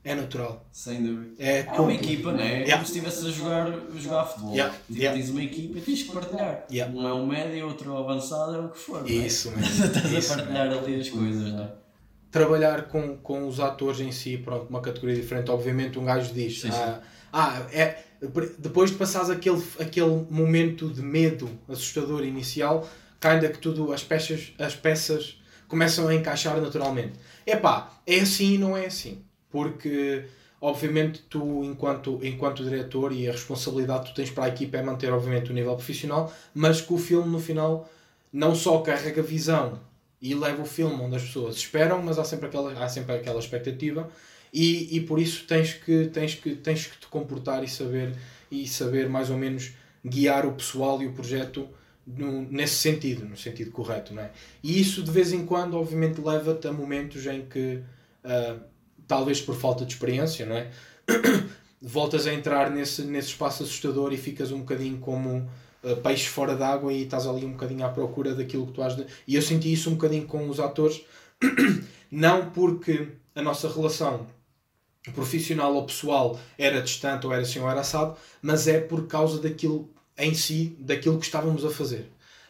É natural. Sem dúvida. É É uma equipa, não é? É Yeah. como se estivesse a jogar futebol. Yeah. Tipo, Yeah. tens uma equipa e tens que partilhar. Yeah. Um é um médio, outro é o avançado, é o que for. não é? Isso mesmo. Estás Isso a partilhar ali as coisas, não é? Trabalhar com os atores em si, pronto, uma categoria diferente, obviamente um gajo diz, Sim, depois de passares aquele momento de medo assustador inicial, ainda que tudo, as peças começam a encaixar naturalmente. Epá, é assim e não é assim, porque obviamente tu, enquanto diretor, e a responsabilidade que tu tens para a equipa é manter obviamente o nível profissional, mas que o filme no final não só carrega visão e leva o filme onde as pessoas esperam, mas há sempre aquela expectativa, e por isso tens que te comportar e saber mais ou menos guiar o pessoal e o projeto nesse sentido, no sentido correto, não é? E isso de vez em quando obviamente leva-te a momentos em que talvez por falta de experiência, não é? Voltas a entrar nesse espaço assustador e ficas um bocadinho como peixe fora d'água e estás ali um bocadinho à procura daquilo que tu has de... E eu senti isso um bocadinho com os atores, não porque a nossa relação profissional ou pessoal era distante ou era assim ou era assado, mas é por causa daquilo em si, daquilo que estávamos a fazer.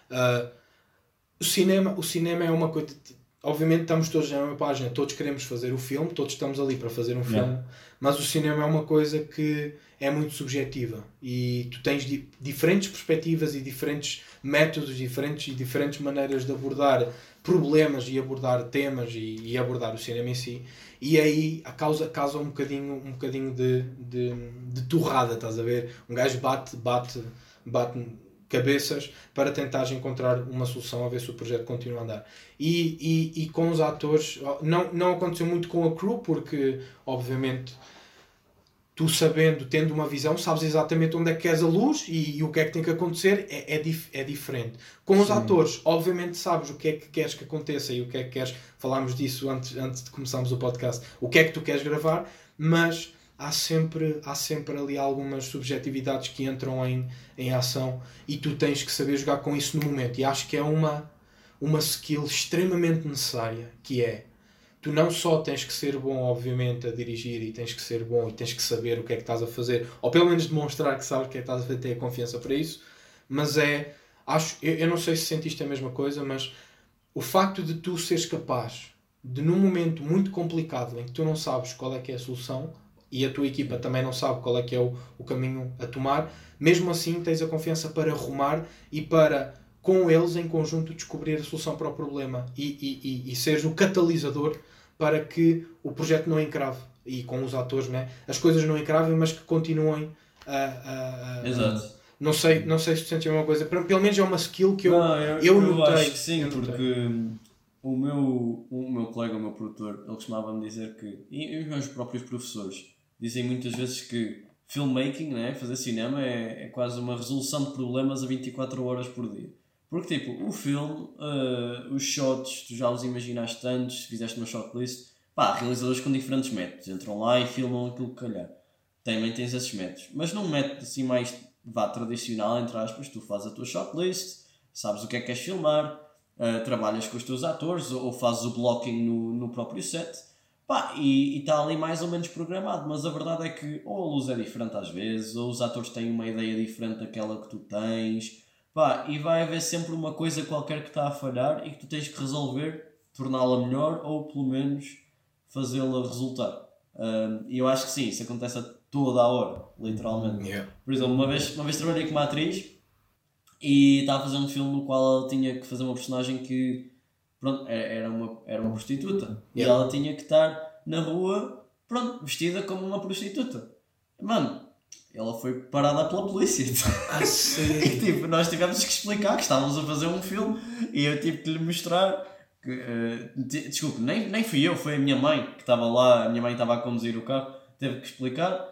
O cinema é uma coisa... Obviamente estamos todos na mesma página, todos queremos fazer o filme, todos estamos ali para fazer um filme, mas o cinema é uma coisa que é muito subjetiva e tu tens diferentes perspectivas e diferentes métodos e diferentes maneiras de abordar problemas e abordar temas e abordar o cinema em si, e aí causa um bocadinho de torrada, estás a ver? Um gajo bate cabeças para tentar encontrar uma solução a ver se o projeto continua a andar. E com os atores, não aconteceu muito com a crew, porque obviamente tu tendo uma visão, sabes exatamente onde é que queres a luz e o que é que tem que acontecer, é diferente. Com os atores, obviamente sabes o que é que queres que aconteça e o que é que queres, falámos disso antes de começarmos o podcast, o que é que tu queres gravar, mas há sempre ali algumas subjetividades que entram em ação e tu tens que saber jogar com isso no momento, e acho que é uma skill extremamente necessária, que é, tu não só tens que ser bom, obviamente, a dirigir, e tens que ser bom e tens que saber o que é que estás a fazer, ou pelo menos demonstrar que sabes o que é que estás a fazer, ter a confiança para isso, mas eu não sei se sentiste a mesma coisa, mas o facto de tu seres capaz de, num momento muito complicado em que tu não sabes qual é que é a solução e a tua equipa também não sabe qual é que é o caminho a tomar, mesmo assim tens a confiança para arrumar e para, com eles em conjunto, descobrir a solução para o problema e seres o catalisador para que o projeto não encrave, e com os atores, né? As coisas não encravem, mas que continuem Exato. Não sei se tu sentes a mesma coisa, pelo menos é uma skill que eu notei. Acho que sim, porque o meu colega, o meu produtor, ele costumava-me dizer que, e os meus próprios professores dizem muitas vezes que filmmaking, né, fazer cinema, é quase uma resolução de problemas a 24 horas por dia. Porque, tipo, o filme, os shots, tu já os imaginaste antes, fizeste uma shortlist, realizadores com diferentes métodos, entram lá e filmam aquilo que calhar. Também tens esses métodos. Mas num método assim mais, tradicional, entre aspas, tu fazes a tua shortlist, sabes o que é que queres filmar, trabalhas com os teus atores, ou fazes o blocking no próprio set, e está ali mais ou menos programado. Mas a verdade é que ou a luz é diferente às vezes, ou os atores têm uma ideia diferente daquela que tu tens... e vai haver sempre uma coisa qualquer que está a falhar e que tu tens que resolver, torná-la melhor ou pelo menos fazê-la resultar. E eu acho que sim, isso acontece a toda a hora, literalmente. Yeah. Por exemplo, uma vez trabalhei com uma atriz e estava a fazer um filme no qual ela tinha que fazer uma personagem que, pronto, era uma prostituta. Yeah. E ela tinha que estar na rua, pronto, vestida como uma prostituta. Mano, ela foi parada pela polícia. Sim. E nós tivemos que explicar que estávamos a fazer um filme e eu tive que lhe mostrar que, desculpe, nem fui eu, foi a minha mãe que estava lá. A minha mãe estava a conduzir o carro, teve que explicar,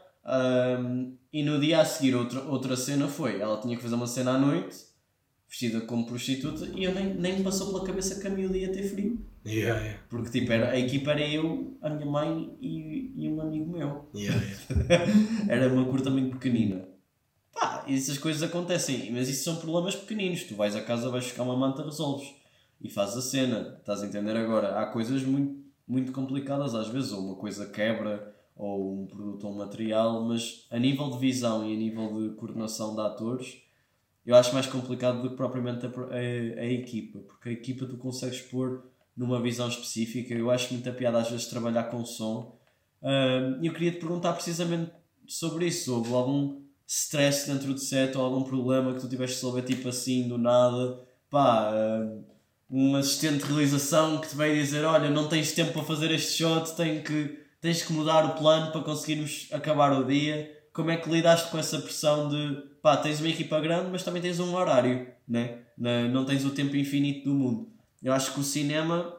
e no dia a seguir outra cena foi, ela tinha que fazer uma cena à noite vestida como prostituta e eu nem me passou pela cabeça que a miúda ia ter frio. Yeah. Porque a equipa era eu, a minha mãe e um amigo meu. Yeah. Era uma curta muito pequenina. Essas coisas acontecem, mas isso são problemas pequeninos. Tu vais a casa, vais buscar uma manta, resolves e fazes a cena. Estás a entender agora? Há coisas muito, muito complicadas às vezes, ou uma coisa quebra, ou um produto ou um material, mas a nível de visão e a nível de coordenação de atores, eu acho mais complicado do que propriamente a equipa, porque a equipa tu consegues pôr numa visão específica. Eu acho muita piada às vezes trabalhar com som. E eu queria te perguntar precisamente sobre isso. Houve algum stress dentro do set ou algum problema que tu tiveste de resolver tipo assim do nada? Pá, um assistente de realização que te veio dizer: olha, não tens tempo para fazer este shot, tens que mudar o plano para conseguirmos acabar o dia. Como é que lidaste com essa pressão de, pá, tens uma equipa grande, mas também tens um horário, né? Não tens o tempo infinito do mundo. Eu acho que o cinema,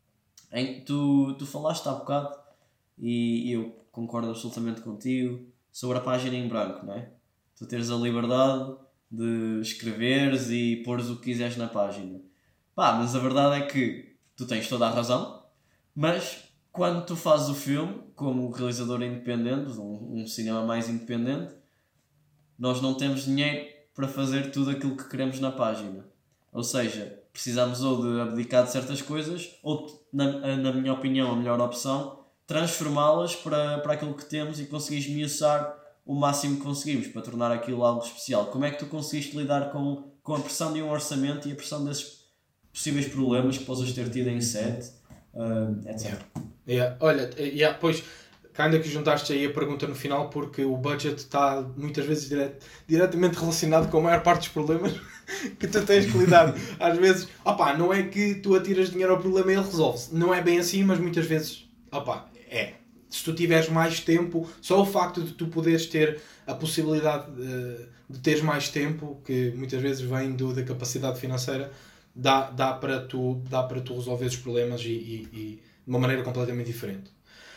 tu falaste há bocado, e eu concordo absolutamente contigo, sobre a página em branco, não é? Tu teres a liberdade de escreveres e pôres o que quiseres na página. Pá, mas a verdade é que tu tens toda a razão, mas quando tu fazes o filme, como realizador independente, um cinema mais independente, nós não temos dinheiro para fazer tudo aquilo que queremos na página. Ou seja, precisamos ou de abdicar de certas coisas, ou, na minha opinião, a melhor opção, transformá-las para aquilo que temos e conseguir esmiuçar o máximo que conseguimos para tornar aquilo algo especial. Como é que tu conseguiste lidar com a pressão de um orçamento e a pressão desses possíveis problemas que possas ter tido em set, etc. Olha, pois, ainda que juntaste aí a pergunta no final, porque o budget está muitas vezes diretamente relacionado com a maior parte dos problemas que tu tens que lidar. Às vezes, não é que tu atiras dinheiro ao problema e ele resolve-se. Não é bem assim, mas muitas vezes, é. Se tu tiveres mais tempo, só o facto de tu poderes ter a possibilidade de teres mais tempo, que muitas vezes vem da capacidade financeira, dá para tu resolver os problemas e de uma maneira completamente diferente.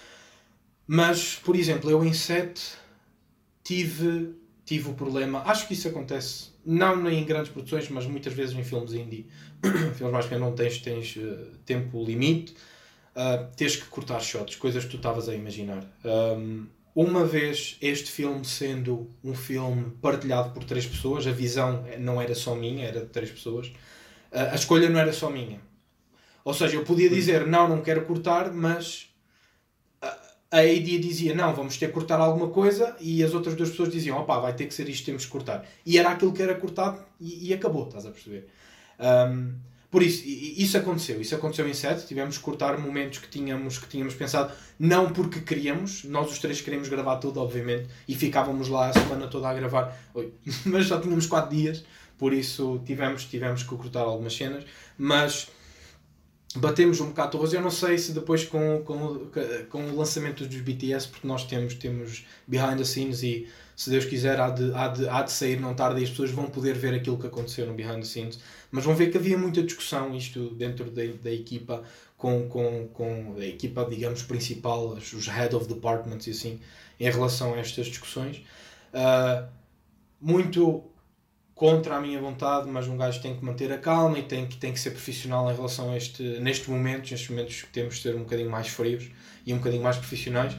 Mas, por exemplo, eu em set tive o problema, acho que isso acontece, não em grandes produções, mas muitas vezes em filmes indie, filmes mais pequenos, não tens tempo limite, tens que cortar shots, coisas que tu estavas a imaginar. Uma vez este filme sendo um filme partilhado por 3 pessoas, a visão não era só minha, era de 3 pessoas, a escolha não era só minha. Ou seja, eu podia dizer, não quero cortar, mas a AD dizia, não, vamos ter que cortar alguma coisa, e as outras 2 pessoas diziam, vai ter que ser isto, temos que cortar. E era aquilo que era cortado e acabou, estás a perceber? Por isso aconteceu em set, tivemos que cortar momentos que tínhamos pensado, não porque queríamos, nós os 3 queríamos gravar tudo, obviamente, e ficávamos lá a semana toda a gravar, mas só tínhamos 4 dias, por isso tivemos que cortar algumas cenas, mas batemos um bocado todos. Eu não sei se depois com o lançamento dos BTS, porque nós temos behind the scenes e se Deus quiser há de sair não tarde e as pessoas vão poder ver aquilo que aconteceu no behind the scenes, mas vão ver que havia muita discussão isto dentro da equipa com a equipa, digamos, principal, os head of departments e assim, em relação a estas discussões, muito contra a minha vontade, mas um gajo tem que manter a calma e tem que ser profissional em relação a nestes momentos que temos de ser um bocadinho mais frios e um bocadinho mais profissionais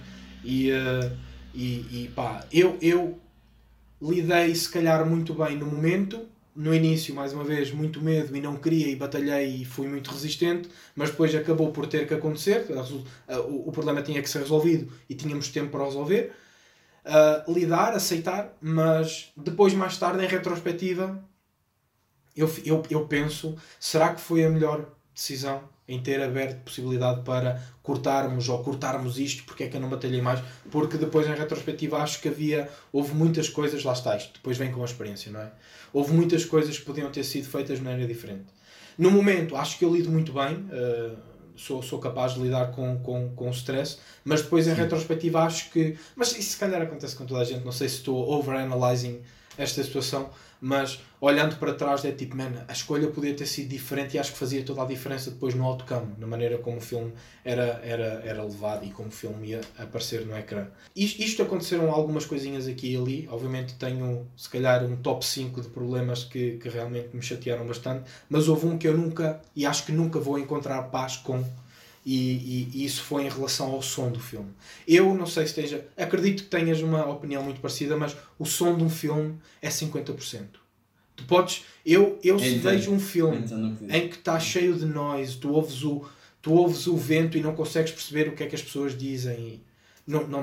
eu lidei se calhar muito bem no momento, no início mais uma vez muito medo e não queria e batalhei e fui muito resistente, mas depois acabou por ter que acontecer, o problema tinha que ser resolvido e tínhamos tempo para resolver. Lidar, aceitar, mas depois mais tarde em retrospectiva eu penso, será que foi a melhor decisão em ter aberto possibilidade para cortarmos isto, porque é que eu não batalhei mais? Porque depois em retrospectiva acho que houve muitas coisas, lá está, isto depois vem com a experiência, não é? Houve muitas coisas que podiam ter sido feitas de maneira diferente. No momento acho que eu lido muito bem, sou capaz de lidar com o stress, mas depois em retrospectiva acho que... Mas isso se calhar acontece com toda a gente, não sei se estou overanalyzing esta situação, mas olhando para trás é tipo, a escolha podia ter sido diferente e acho que fazia toda a diferença depois no outcome, na maneira como o filme era levado e como o filme ia aparecer no ecrã. Isto aconteceram algumas coisinhas aqui e ali, obviamente tenho se calhar um top 5 de problemas que realmente me chatearam bastante, mas houve um que eu nunca, e acho que nunca vou encontrar paz com, e isso foi em relação ao som do filme. Eu não sei se acredito que tenhas uma opinião muito parecida, mas o som de um filme é 50%. Tu podes, se vejo um filme em que está cheio de noise, tu ouves o vento e não consegues perceber o que é que as pessoas dizem, não dá.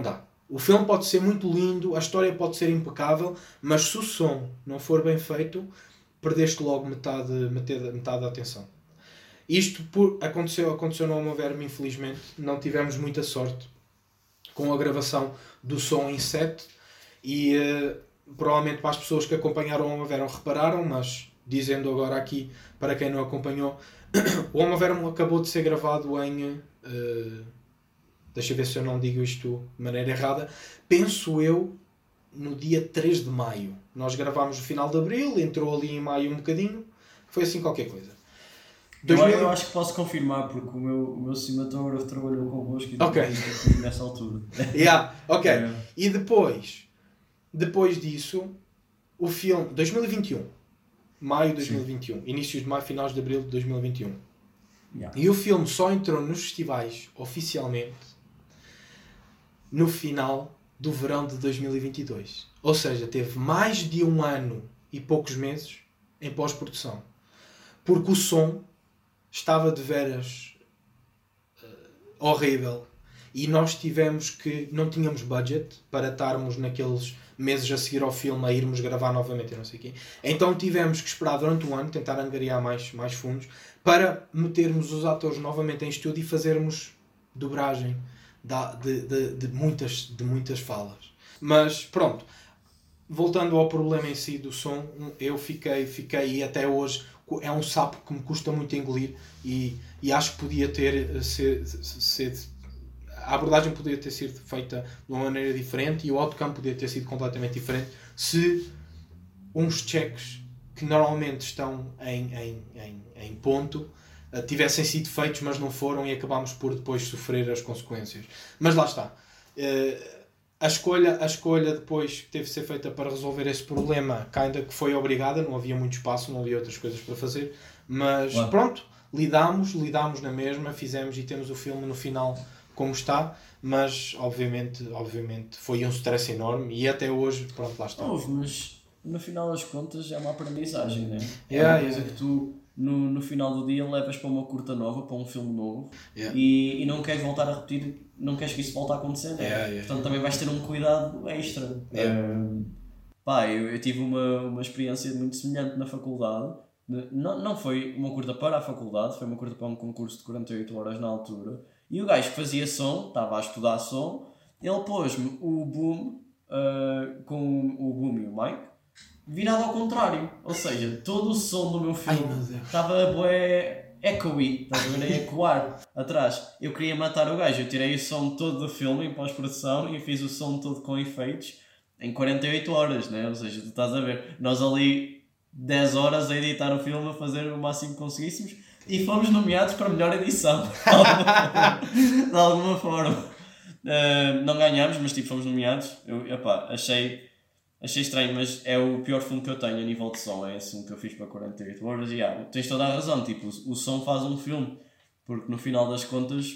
O filme pode ser muito lindo, a história pode ser impecável, mas se o som não for bem feito, perdeste logo metade da atenção. Isto aconteceu no Almaverme, infelizmente. Não tivemos muita sorte com a gravação do som em set e provavelmente para as pessoas que acompanharam o Almaverme repararam, mas dizendo agora aqui para quem não acompanhou, o Almaverme acabou de ser gravado em... deixa eu ver se eu não digo isto de maneira errada. Penso eu no dia 3 de maio. Nós gravámos no final de abril, entrou ali em maio um bocadinho. Foi assim qualquer coisa. Eu acho que posso confirmar, porque o meu cinematógrafo trabalhou convosco e nessa altura. Ok. E depois disso, o filme... 2021. Maio de 2021. Inícios de maio, finais de abril de 2021. E o filme só entrou nos festivais, oficialmente, no final do verão de 2022. Ou seja, teve mais de um ano e poucos meses em pós-produção. Porque o som estava de veras horrível. E nós não tínhamos budget para estarmos naqueles meses a seguir ao filme a irmos gravar novamente e não sei o quê. Então tivemos que esperar durante um ano, tentar angariar mais fundos, para metermos os atores novamente em estúdio e fazermos dobragem de muitas falas. Mas pronto, voltando ao problema em si do som, eu fiquei e até hoje é um sapo que me custa muito engolir e acho que podia ter a abordagem poderia ter sido feita de uma maneira diferente e o outcome poderia ter sido completamente diferente se uns checks que normalmente estão em ponto tivessem sido feitos, mas não foram e acabámos por depois sofrer as consequências. Mas lá está. A escolha depois teve de ser feita para resolver esse problema, ainda que foi obrigada, não havia muito espaço, não havia outras coisas para fazer, mas pronto, lidámos na mesma, fizemos e temos o filme no final como está, mas obviamente foi um stress enorme e até hoje, pronto, lá está. Mas no final das contas é uma aprendizagem, né? É uma coisa que tu no final do dia levas para uma curta nova, para um filme novo e não queres voltar a repetir, não queres que isso volte a acontecer, né? Portanto também vais ter um cuidado extra. Eu tive uma experiência muito semelhante na faculdade. Não foi uma curta para a faculdade, foi uma curta para um concurso de 48 horas na altura. E o gajo que fazia som, estava a estudar som, ele pôs-me o boom com o boom e o mic virado ao contrário. Ou seja, todo o som do meu filme estava echoey, estás a ver? A ecoar atrás. Eu queria matar o gajo, eu tirei o som todo do filme em pós-produção e fiz o som todo com efeitos em 48 horas, né? Ou seja, tu estás a ver, nós ali 10 horas a editar o filme, a fazer o máximo que conseguíssemos. E fomos nomeados para a melhor edição. De alguma forma. Não ganhámos, mas fomos nomeados. Achei estranho, mas é o pior filme que eu tenho a nível de som. É esse filme que eu fiz para 48 horas. E tens toda a razão. O som faz um filme. Porque no final das contas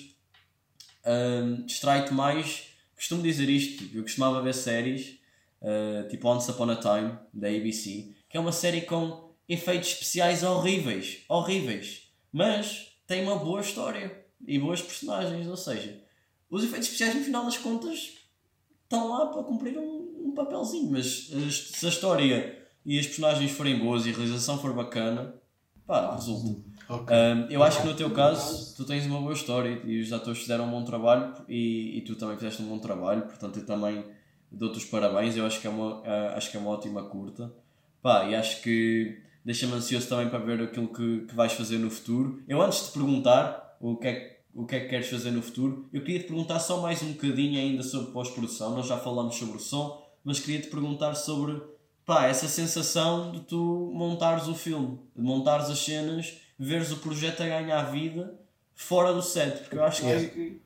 distrai-te mais. Costumo dizer isto. Eu costumava ver séries tipo Once Upon a Time, da ABC, que é uma série com efeitos especiais horríveis. Mas tem uma boa história e boas personagens, ou seja, os efeitos especiais no final das contas estão lá para cumprir um papelzinho, mas se a história e as personagens forem boas e a realização for bacana, resulta. Eu acho que no teu caso tu tens uma boa história e os atores fizeram um bom trabalho e tu também fizeste um bom trabalho, portanto eu também dou-te os parabéns. Eu acho que é uma ótima curta, e acho que deixa-me ansioso também para ver aquilo que vais fazer no futuro. Eu, antes de te perguntar o que é que queres fazer no futuro, eu queria te perguntar só mais um bocadinho ainda sobre pós-produção. Nós já falamos sobre o som, mas queria te perguntar sobre essa sensação de tu montares o filme, de montares as cenas, veres o projeto a ganhar vida fora do set, porque eu acho que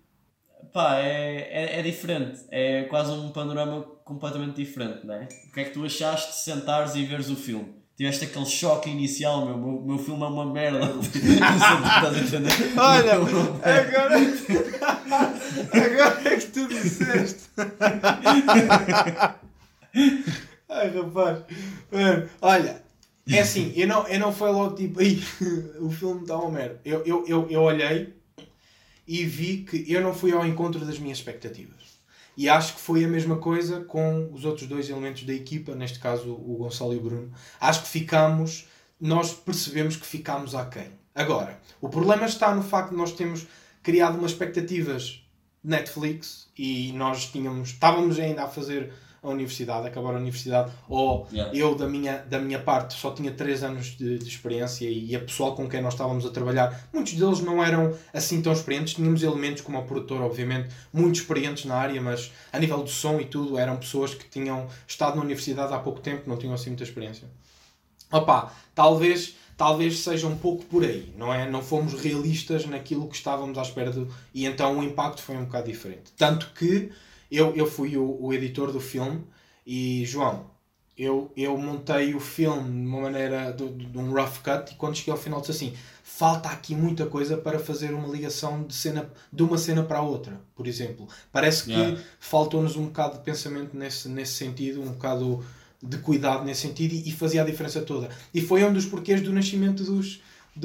é diferente, é quase um panorama completamente diferente, não é? O que é que tu achaste de sentares e veres o filme? Tiveste aquele choque inicial, o meu filme é uma merda. Não sei se estás a entender. Olha, agora é que tu disseste. Ai, rapaz. Olha, é assim, eu não foi logo tipo, o filme está uma merda. Eu olhei e vi que eu não fui ao encontro das minhas expectativas. E acho que foi a mesma coisa com os outros dois elementos da equipa, neste caso o Gonçalo e o Bruno. Acho que nós percebemos que ficámos aquém. Agora, o problema está no facto de nós termos criado umas expectativas Netflix e nós estávamos ainda a fazer a universidade, acabar a universidade, ou eu da minha parte só tinha 3 anos de experiência e a pessoal com quem nós estávamos a trabalhar, muitos deles não eram assim tão experientes, tínhamos elementos como o produtor, obviamente, muito experientes na área, mas a nível do som e tudo, eram pessoas que tinham estado na universidade há pouco tempo, não tinham assim muita experiência. Talvez seja um pouco por aí, não é? Não fomos realistas naquilo que estávamos à espera e então o impacto foi um bocado diferente. Tanto que eu fui o editor do filme e, João, eu montei o filme de uma maneira de um rough cut e quando cheguei ao final disse assim, falta aqui muita coisa para fazer uma ligação de uma cena para a outra, por exemplo. Parece que faltou-nos um bocado de pensamento nesse sentido, um bocado de cuidado nesse sentido e fazia a diferença toda. E foi um dos porquês do nascimento dos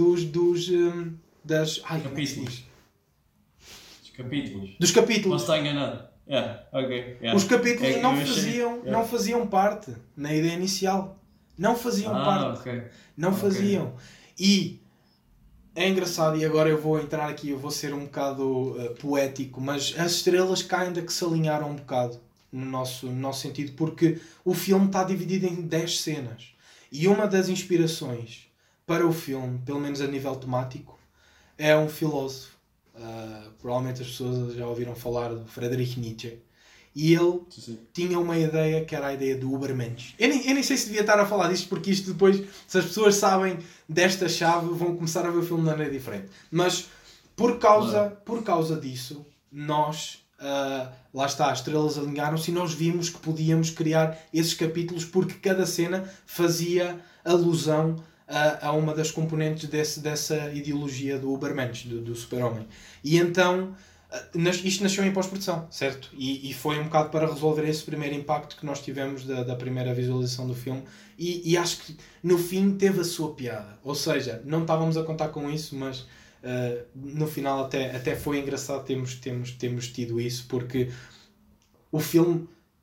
capítulos. Dos capítulos. Posso estar enganado. Os capítulos não faziam parte na ideia inicial. Não faziam parte. Okay. Não faziam. E é engraçado, e agora eu vou entrar aqui, eu vou ser um bocado poético, mas as estrelas ainda que se alinharam um bocado no nosso sentido, porque o filme está dividido em 10 cenas. E uma das inspirações para o filme, pelo menos a nível temático, é um filósofo. Provavelmente as pessoas já ouviram falar de Friedrich Nietzsche. E ele tinha uma ideia que era a ideia do Übermensch. Eu nem sei se devia estar a falar disto, porque isto depois, se as pessoas sabem desta chave, vão começar a ver o filme de maneira diferente. Mas por causa disso, nós... lá está, as estrelas alinharam-se e nós vimos que podíamos criar esses capítulos porque cada cena fazia alusão a uma das componentes dessa ideologia do Übermensch, do super-homem. E então isto nasceu em pós-produção, certo? E foi um bocado para resolver esse primeiro impacto que nós tivemos da primeira visualização do filme e acho que no fim teve a sua piada. Ou seja, não estávamos a contar com isso, mas no final até foi engraçado termos tido isso, porque o filme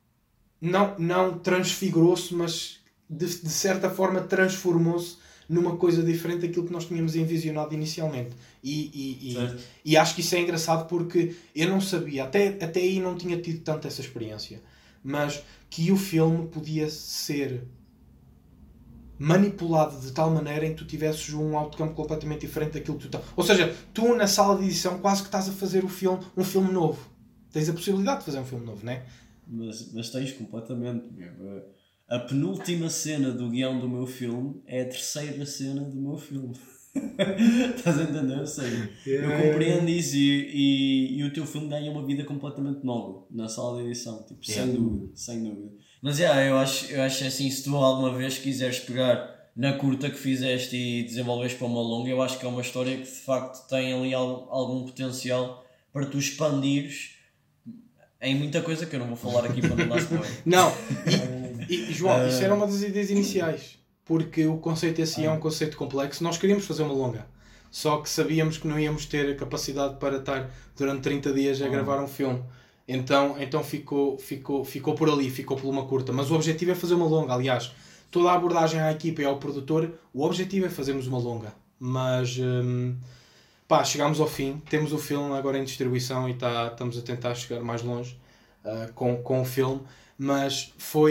não transfigurou-se, mas de certa forma transformou-se numa coisa diferente daquilo que nós tínhamos envisionado inicialmente. E acho que isso é engraçado porque eu não sabia, até aí não tinha tido tanto essa experiência, mas que o filme podia ser manipulado de tal maneira em que tu tivesses um outcome completamente diferente daquilo que tu estás. Ou seja, tu na sala de edição quase que estás a fazer um filme novo. Tens a possibilidade de fazer um filme novo, não é? Mas tens completamente. A penúltima cena do guião do meu filme é a terceira cena do meu filme. Estás a entender? Eu sei. Eu compreendo isso e o teu filme ganha uma vida completamente nova na sala de edição. Tipo, sem dúvida. Mas eu acho assim, se tu alguma vez quiseres pegar na curta que fizeste e desenvolves para uma longa, eu acho que é uma história que de facto tem ali algum potencial para tu expandires em muita coisa que eu não vou falar aqui para não dar spoiler. Não, e João, isso era uma das ideias iniciais, porque o conceito assim é um conceito complexo. Nós queríamos fazer uma longa, só que sabíamos que não íamos ter a capacidade para estar durante 30 dias a gravar um filme. Então ficou por ali, ficou por uma curta. Mas o objetivo é fazer uma longa. Aliás, toda a abordagem à equipa e ao produtor, o objetivo é fazermos uma longa. Mas chegámos ao fim, temos o filme agora em distribuição e estamos a tentar chegar mais longe com o filme. Mas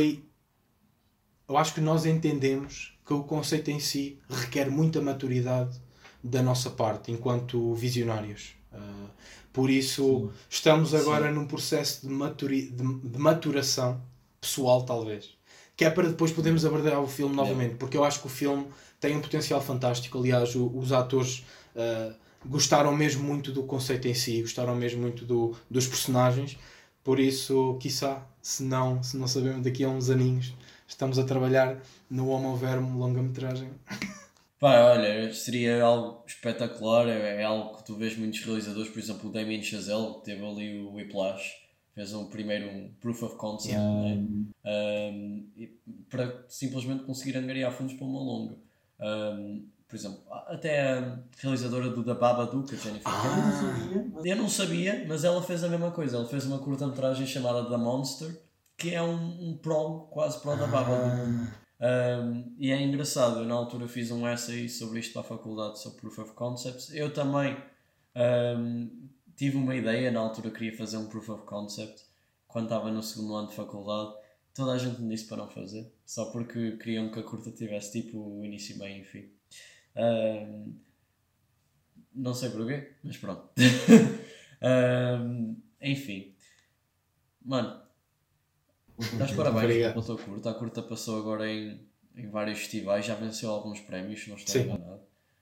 eu acho que nós entendemos que o conceito em si requer muita maturidade da nossa parte, enquanto visionários. Por isso, estamos agora num processo de maturação pessoal, talvez. Que é para depois podermos abordar o filme novamente. Porque eu acho que o filme tem um potencial fantástico. Aliás, os atores gostaram mesmo muito do conceito em si. Gostaram mesmo muito dos personagens. Por isso, quiçá, se não sabemos, daqui a uns aninhos, estamos a trabalhar no Homo Vermo longa-metragem. Olha, seria algo espetacular, é algo que tu vês muitos realizadores, por exemplo o Damien Chazelle, que teve ali o Whiplash, fez um proof of concept, para simplesmente conseguir angariar fundos para uma longa. por exemplo, até a realizadora do The Babadook, a Jennifer Kent. Eu não sabia, mas ela fez a mesma coisa. Ela fez uma curta-metragem chamada The Monster, que é um prog quase para o The Babadook. E é engraçado, eu na altura fiz um essay sobre isto para a faculdade, sobre Proof of Concepts. Eu também tive uma ideia, na altura queria fazer um Proof of Concept quando estava no segundo ano de faculdade. Toda a gente me disse para não fazer, só porque queriam que a curta tivesse tipo o início, meio e fim. Não sei porquê, mas pronto. Enfim, mano, dás parabéns pela tua curta. A curta passou agora em vários festivais, já venceu alguns prémios, se não estou enganado.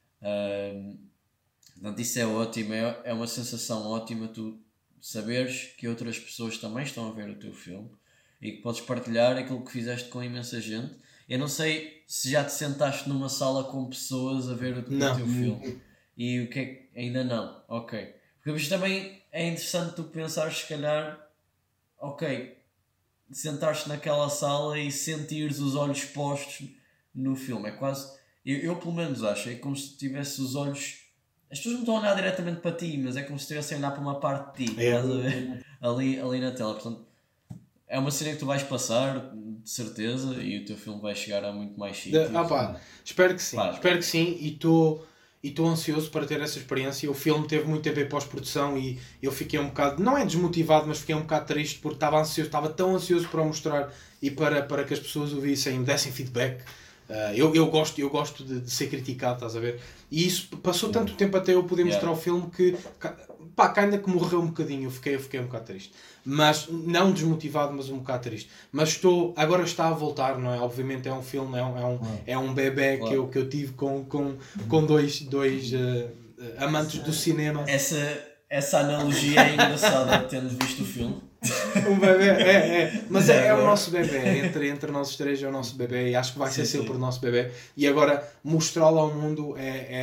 Portanto, isso é ótimo, é uma sensação ótima tu saberes que outras pessoas também estão a ver o teu filme e que podes partilhar aquilo que fizeste com imensa gente. Eu não sei se já te sentaste numa sala com pessoas a ver o teu filme. E o que é que... Ainda não. Ok. Porque isto também é interessante tu pensares, se calhar, ok, sentares-te naquela sala e sentires os olhos postos no filme. É quase... Eu pelo menos acho, é como se tivesse os olhos... As pessoas não estão a olhar diretamente para ti, mas é como se estivessem a olhar para uma parte de ti. Estás a ver? Ali na tela. Portanto, é uma cena que tu vais passar, de certeza, e o teu filme vai chegar a muito mais sítios. Espero que sim. Espero que sim, e estou ansioso para ter essa experiência. O filme teve muito tempo em pós-produção e eu fiquei um bocado, não é desmotivado, mas fiquei um bocado triste porque estava tão ansioso para o mostrar e para que as pessoas o vissem e me dessem feedback. Eu gosto de ser criticado, estás a ver? E isso passou tanto tempo até eu poder mostrar o filme que ainda que morreu um bocadinho. Eu fiquei um bocado triste, mas não desmotivado, mas um bocado triste. Mas agora está a voltar, não é? Obviamente é um filme, é um bebê que eu tive com dois amantes do cinema. Essa analogia é engraçada, tendo visto o filme. Um bebê, mas é o nosso bebê, entre nós três é o nosso bebê e acho que vai ser sempre o nosso bebê. E agora mostrá-lo ao mundo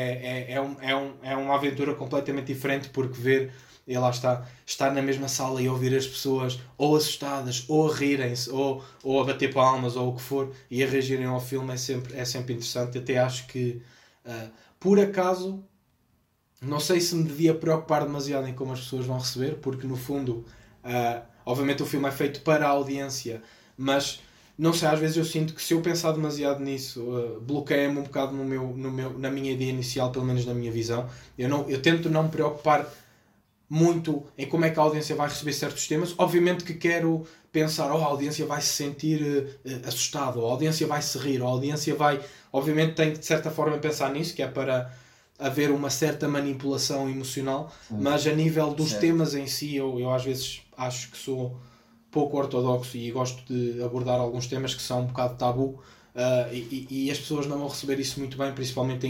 é uma aventura completamente diferente, porque ver, e lá estar na mesma sala e ouvir as pessoas ou assustadas, ou a rirem-se, ou a bater palmas, ou o que for, e a reagirem ao filme é sempre interessante. Até acho que, por acaso, não sei se me devia preocupar demasiado em como as pessoas vão receber, porque no fundo... obviamente o filme é feito para a audiência, mas não sei, às vezes eu sinto que se eu pensar demasiado nisso, bloqueia-me um bocado na minha ideia inicial, pelo menos na minha visão. Eu tento não me preocupar muito em como é que a audiência vai receber certos temas. Obviamente que quero pensar, a audiência vai se sentir assustada, ou a audiência vai se rir, ou a audiência vai... Obviamente tenho que de certa forma pensar nisso, que é para haver uma certa manipulação emocional, mas a nível dos temas em si, eu às vezes acho que sou pouco ortodoxo e gosto de abordar alguns temas que são um bocado tabu, e as pessoas não vão receber isso muito bem, principalmente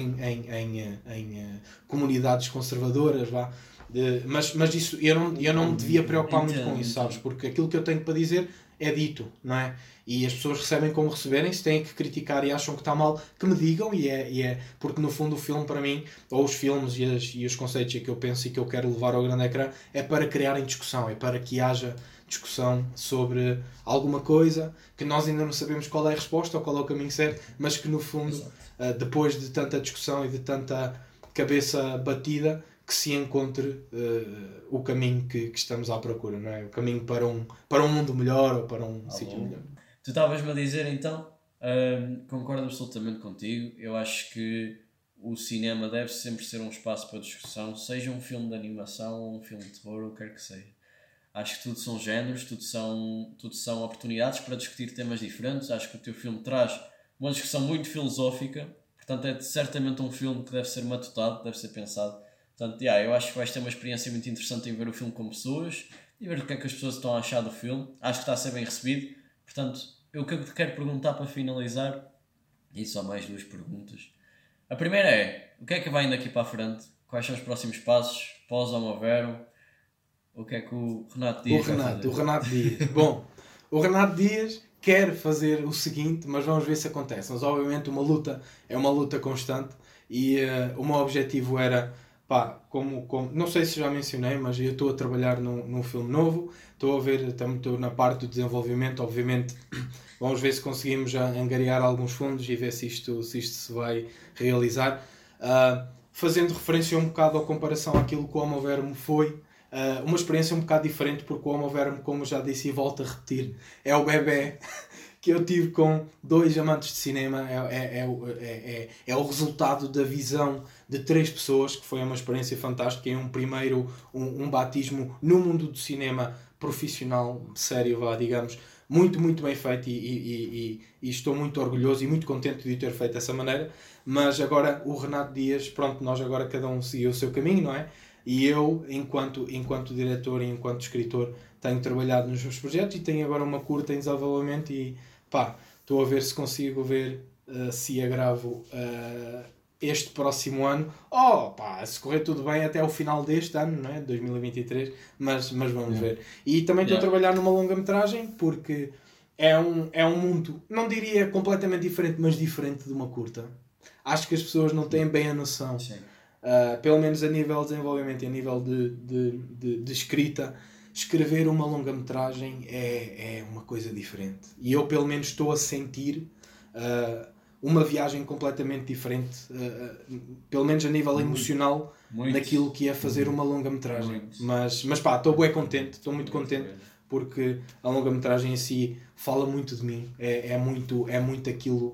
em comunidades conservadoras, vá. Mas isso, eu não me devia preocupar muito com isso, sabes? Porque aquilo que eu tenho para dizer é dito, não é? E as pessoas recebem como receberem. Se têm que criticar e acham que está mal, que me digam, e é porque no fundo o filme para mim, ou os filmes e os conceitos que eu penso e que eu quero levar ao grande ecrã, é para criarem discussão, é para que haja discussão sobre alguma coisa que nós ainda não sabemos qual é a resposta ou qual é o caminho certo, mas que no fundo, depois de tanta discussão e de tanta cabeça batida, que se encontre o caminho que estamos à procura, não é? O caminho para um mundo melhor ou para um sítio melhor. Tu estavas-me a dizer então, concordo absolutamente contigo. Eu acho que o cinema deve sempre ser um espaço para discussão, seja um filme de animação ou um filme de terror, ou o que quer que seja. Acho que tudo são géneros, tudo são oportunidades para discutir temas diferentes. Acho que o teu filme traz uma discussão muito filosófica, portanto é certamente um filme que deve ser matutado, deve ser pensado. Portanto, eu acho que vais ter uma experiência muito interessante em ver o filme com pessoas e ver o que é que as pessoas estão a achar do filme. Acho que está a ser bem recebido. Portanto, o que eu te quero perguntar para finalizar, e só mais 2 perguntas. A primeira é, o que é que vai indo aqui para a frente? Quais são os próximos passos? Pós ou houveram? O que é que o Renato Dias vai fazer? O Renato Dias. Bom, o Renato Dias quer fazer o seguinte, mas vamos ver se acontece. Mas obviamente uma luta é uma luta constante e o meu objetivo era... como não sei se já mencionei, mas eu estou a trabalhar num filme novo, estou na parte do desenvolvimento. Obviamente vamos ver se conseguimos angariar alguns fundos e ver se isto se vai realizar, fazendo referência um bocado à comparação àquilo que o Homo Verme foi. Uma experiência um bocado diferente, porque o Homo Verme, como já disse e volto a repetir, é o bebé que eu tive com 2 amantes de cinema. É o resultado da visão de 3 pessoas, que foi uma experiência fantástica e um batismo no mundo do cinema profissional, sério, digamos, muito, muito bem feito, e estou muito orgulhoso e muito contente de o ter feito dessa maneira. Mas agora o Renato Dias, pronto, nós agora cada um seguiu o seu caminho, não é? E eu, enquanto diretor e enquanto escritor, tenho trabalhado nos meus projetos e tenho agora uma curta em desenvolvimento e estou a ver se consigo ver se a gravo este próximo ano. Se correr tudo bem até o final deste ano, não é? 2023, mas vamos ver. E também estou a trabalhar numa longa-metragem, porque é um mundo, não diria completamente diferente, mas diferente de uma curta. Acho que as pessoas não têm bem a noção. Pelo menos a nível de desenvolvimento e a nível de escrita, escrever uma longa-metragem é uma coisa diferente. E eu pelo menos estou a sentir uma viagem completamente diferente, pelo menos a nível emocional, daquilo que é fazer uma longa-metragem. Mas estou bem contente, estou muito contente, porque a longa-metragem em si fala muito de mim. É muito aquilo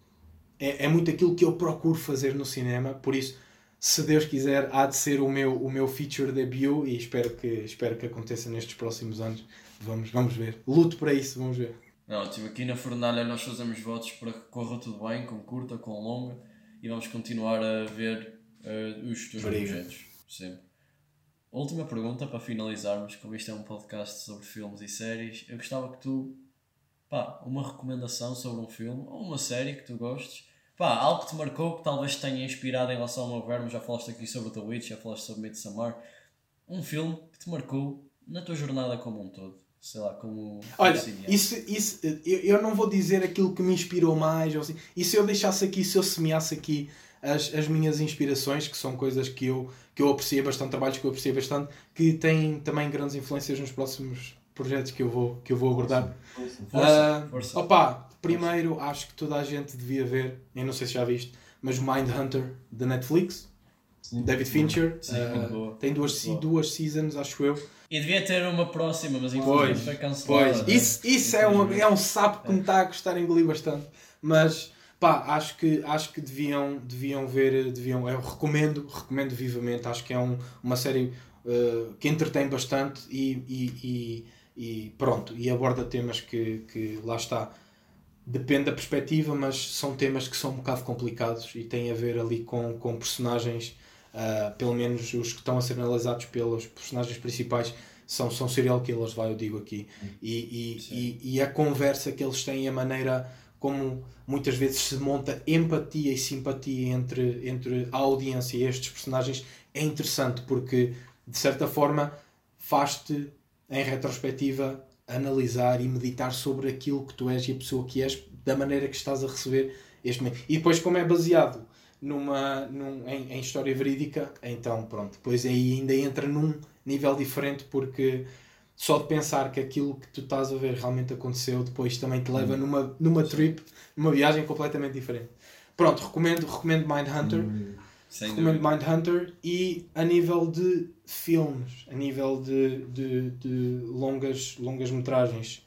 que eu procuro fazer no cinema. Por isso, se Deus quiser, há de ser o meu feature debut, e espero que aconteça nestes próximos anos. Vamos ver. Luto para isso, vamos ver. Ótimo, aqui na Fornalha nós fazemos votos para que corra tudo bem, com curta, com longa, e vamos continuar a ver os teus projetos, sempre. Última pergunta para finalizarmos, como isto é um podcast sobre filmes e séries, eu gostava que tu, uma recomendação sobre um filme ou uma série que tu gostes, algo que te marcou, que talvez te tenha inspirado em relação ao meu verme. Já falaste aqui sobre The Witch, já falaste sobre Midsommar. Um filme que te marcou na tua jornada como um todo. Sei lá, como... Olha, eu não vou dizer aquilo que me inspirou mais, ou assim. E se eu deixasse aqui, se eu semeasse aqui as minhas inspirações, que são coisas que eu apreciei bastante, trabalhos que eu apreciei bastante, que têm também grandes influências nos próximos projetos que eu vou abordar. Força. Primeiro, acho que toda a gente devia ver, eu não sei se já viste, mas Mindhunter, da Netflix. David Fincher. Tem duas seasons, acho eu. E devia ter uma próxima, mas infelizmente foi cancelada. Isso é um sapo que me está a gostar, engolir bastante. Mas acho que deviam ver, eu recomendo vivamente. Acho que é uma série que entretém bastante e pronto, e aborda temas que lá está, depende da perspectiva, mas são temas que são um bocado complicados e têm a ver ali com personagens, pelo menos os que estão a ser analisados pelos personagens principais são serial killers, eu digo aqui. E a conversa que eles têm, a maneira como muitas vezes se monta empatia e simpatia entre a audiência e estes personagens é interessante, porque de certa forma faz-te, em retrospectiva, analisar e meditar sobre aquilo que tu és e a pessoa que és, da maneira que estás a receber este meio. E depois, como é baseado em história verídica, então pronto, depois aí ainda entra num nível diferente, porque só de pensar que aquilo que tu estás a ver realmente aconteceu, depois também te leva numa trip, numa viagem completamente diferente. Pronto, recomendo Mindhunter. Recomendo Mindhunter. E a nível de filmes, a nível de longas metragens,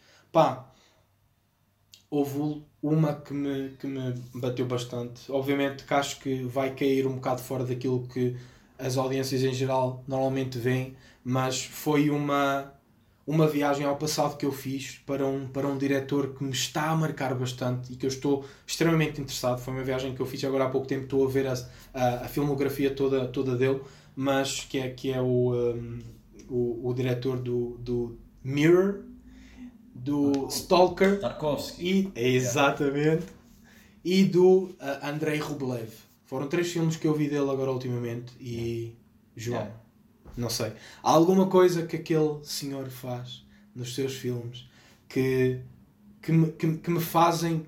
houve uma que me bateu bastante. Obviamente que acho que vai cair um bocado fora daquilo que as audiências em geral normalmente veem, mas foi uma viagem ao passado que eu fiz para um diretor que me está a marcar bastante e que eu estou extremamente interessado. Foi uma viagem que eu fiz agora há pouco tempo, estou a ver a filmografia toda dele, mas que é o diretor do Mirror, do Stalker, Tarkovsky. Exatamente, e do Andrei Rublev. Foram 3 filmes que eu vi dele agora ultimamente e, João, não sei, há alguma coisa que aquele senhor faz nos seus filmes que me fazem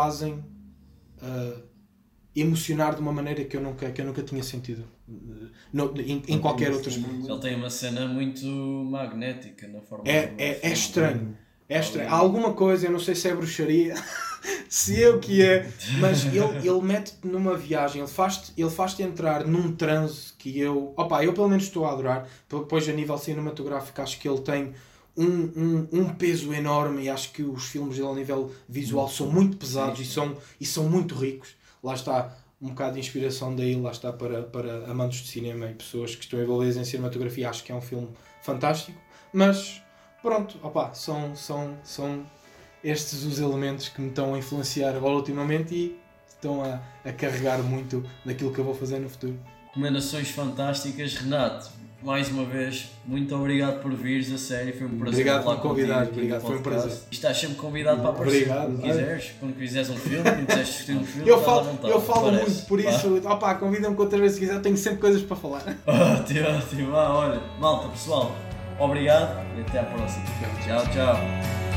emocionar de uma maneira que eu nunca tinha sentido em qualquer outro aspecto. Ele tem uma cena muito magnética na forma é estranho. É estranho. Há alguma coisa, eu não sei se é bruxaria, Se eu que é. Mas ele mete-te numa viagem, ele faz-te entrar num transe que eu pelo menos estou a adorar. Depois, a nível cinematográfico, acho que ele tem um peso enorme e acho que os filmes dele a nível visual são muito pesados e são muito ricos. Lá está um bocado de inspiração daí, lá está para amantes de cinema e pessoas que estão envolvidas em cinematografia. Acho que é um filme fantástico, mas pronto, são estes os elementos que me estão a influenciar agora ultimamente e estão a carregar muito daquilo que eu vou fazer no futuro. Recomendações fantásticas. Renato, mais uma vez, muito obrigado por vires, a sério, foi um prazer. Obrigado falar por convidar, contigo obrigado, foi um prazer. Estás sempre convidado para aparecer, Obrigado. quando quiseres um filme, quando quiseres discutir um filme, Eu estás à vontade, falo parece. muito, por isso, convida-me que outra vez se quiser, tenho sempre coisas para falar. Ótimo. Olha, malta, pessoal, obrigado e até à próxima. Tchau, tchau.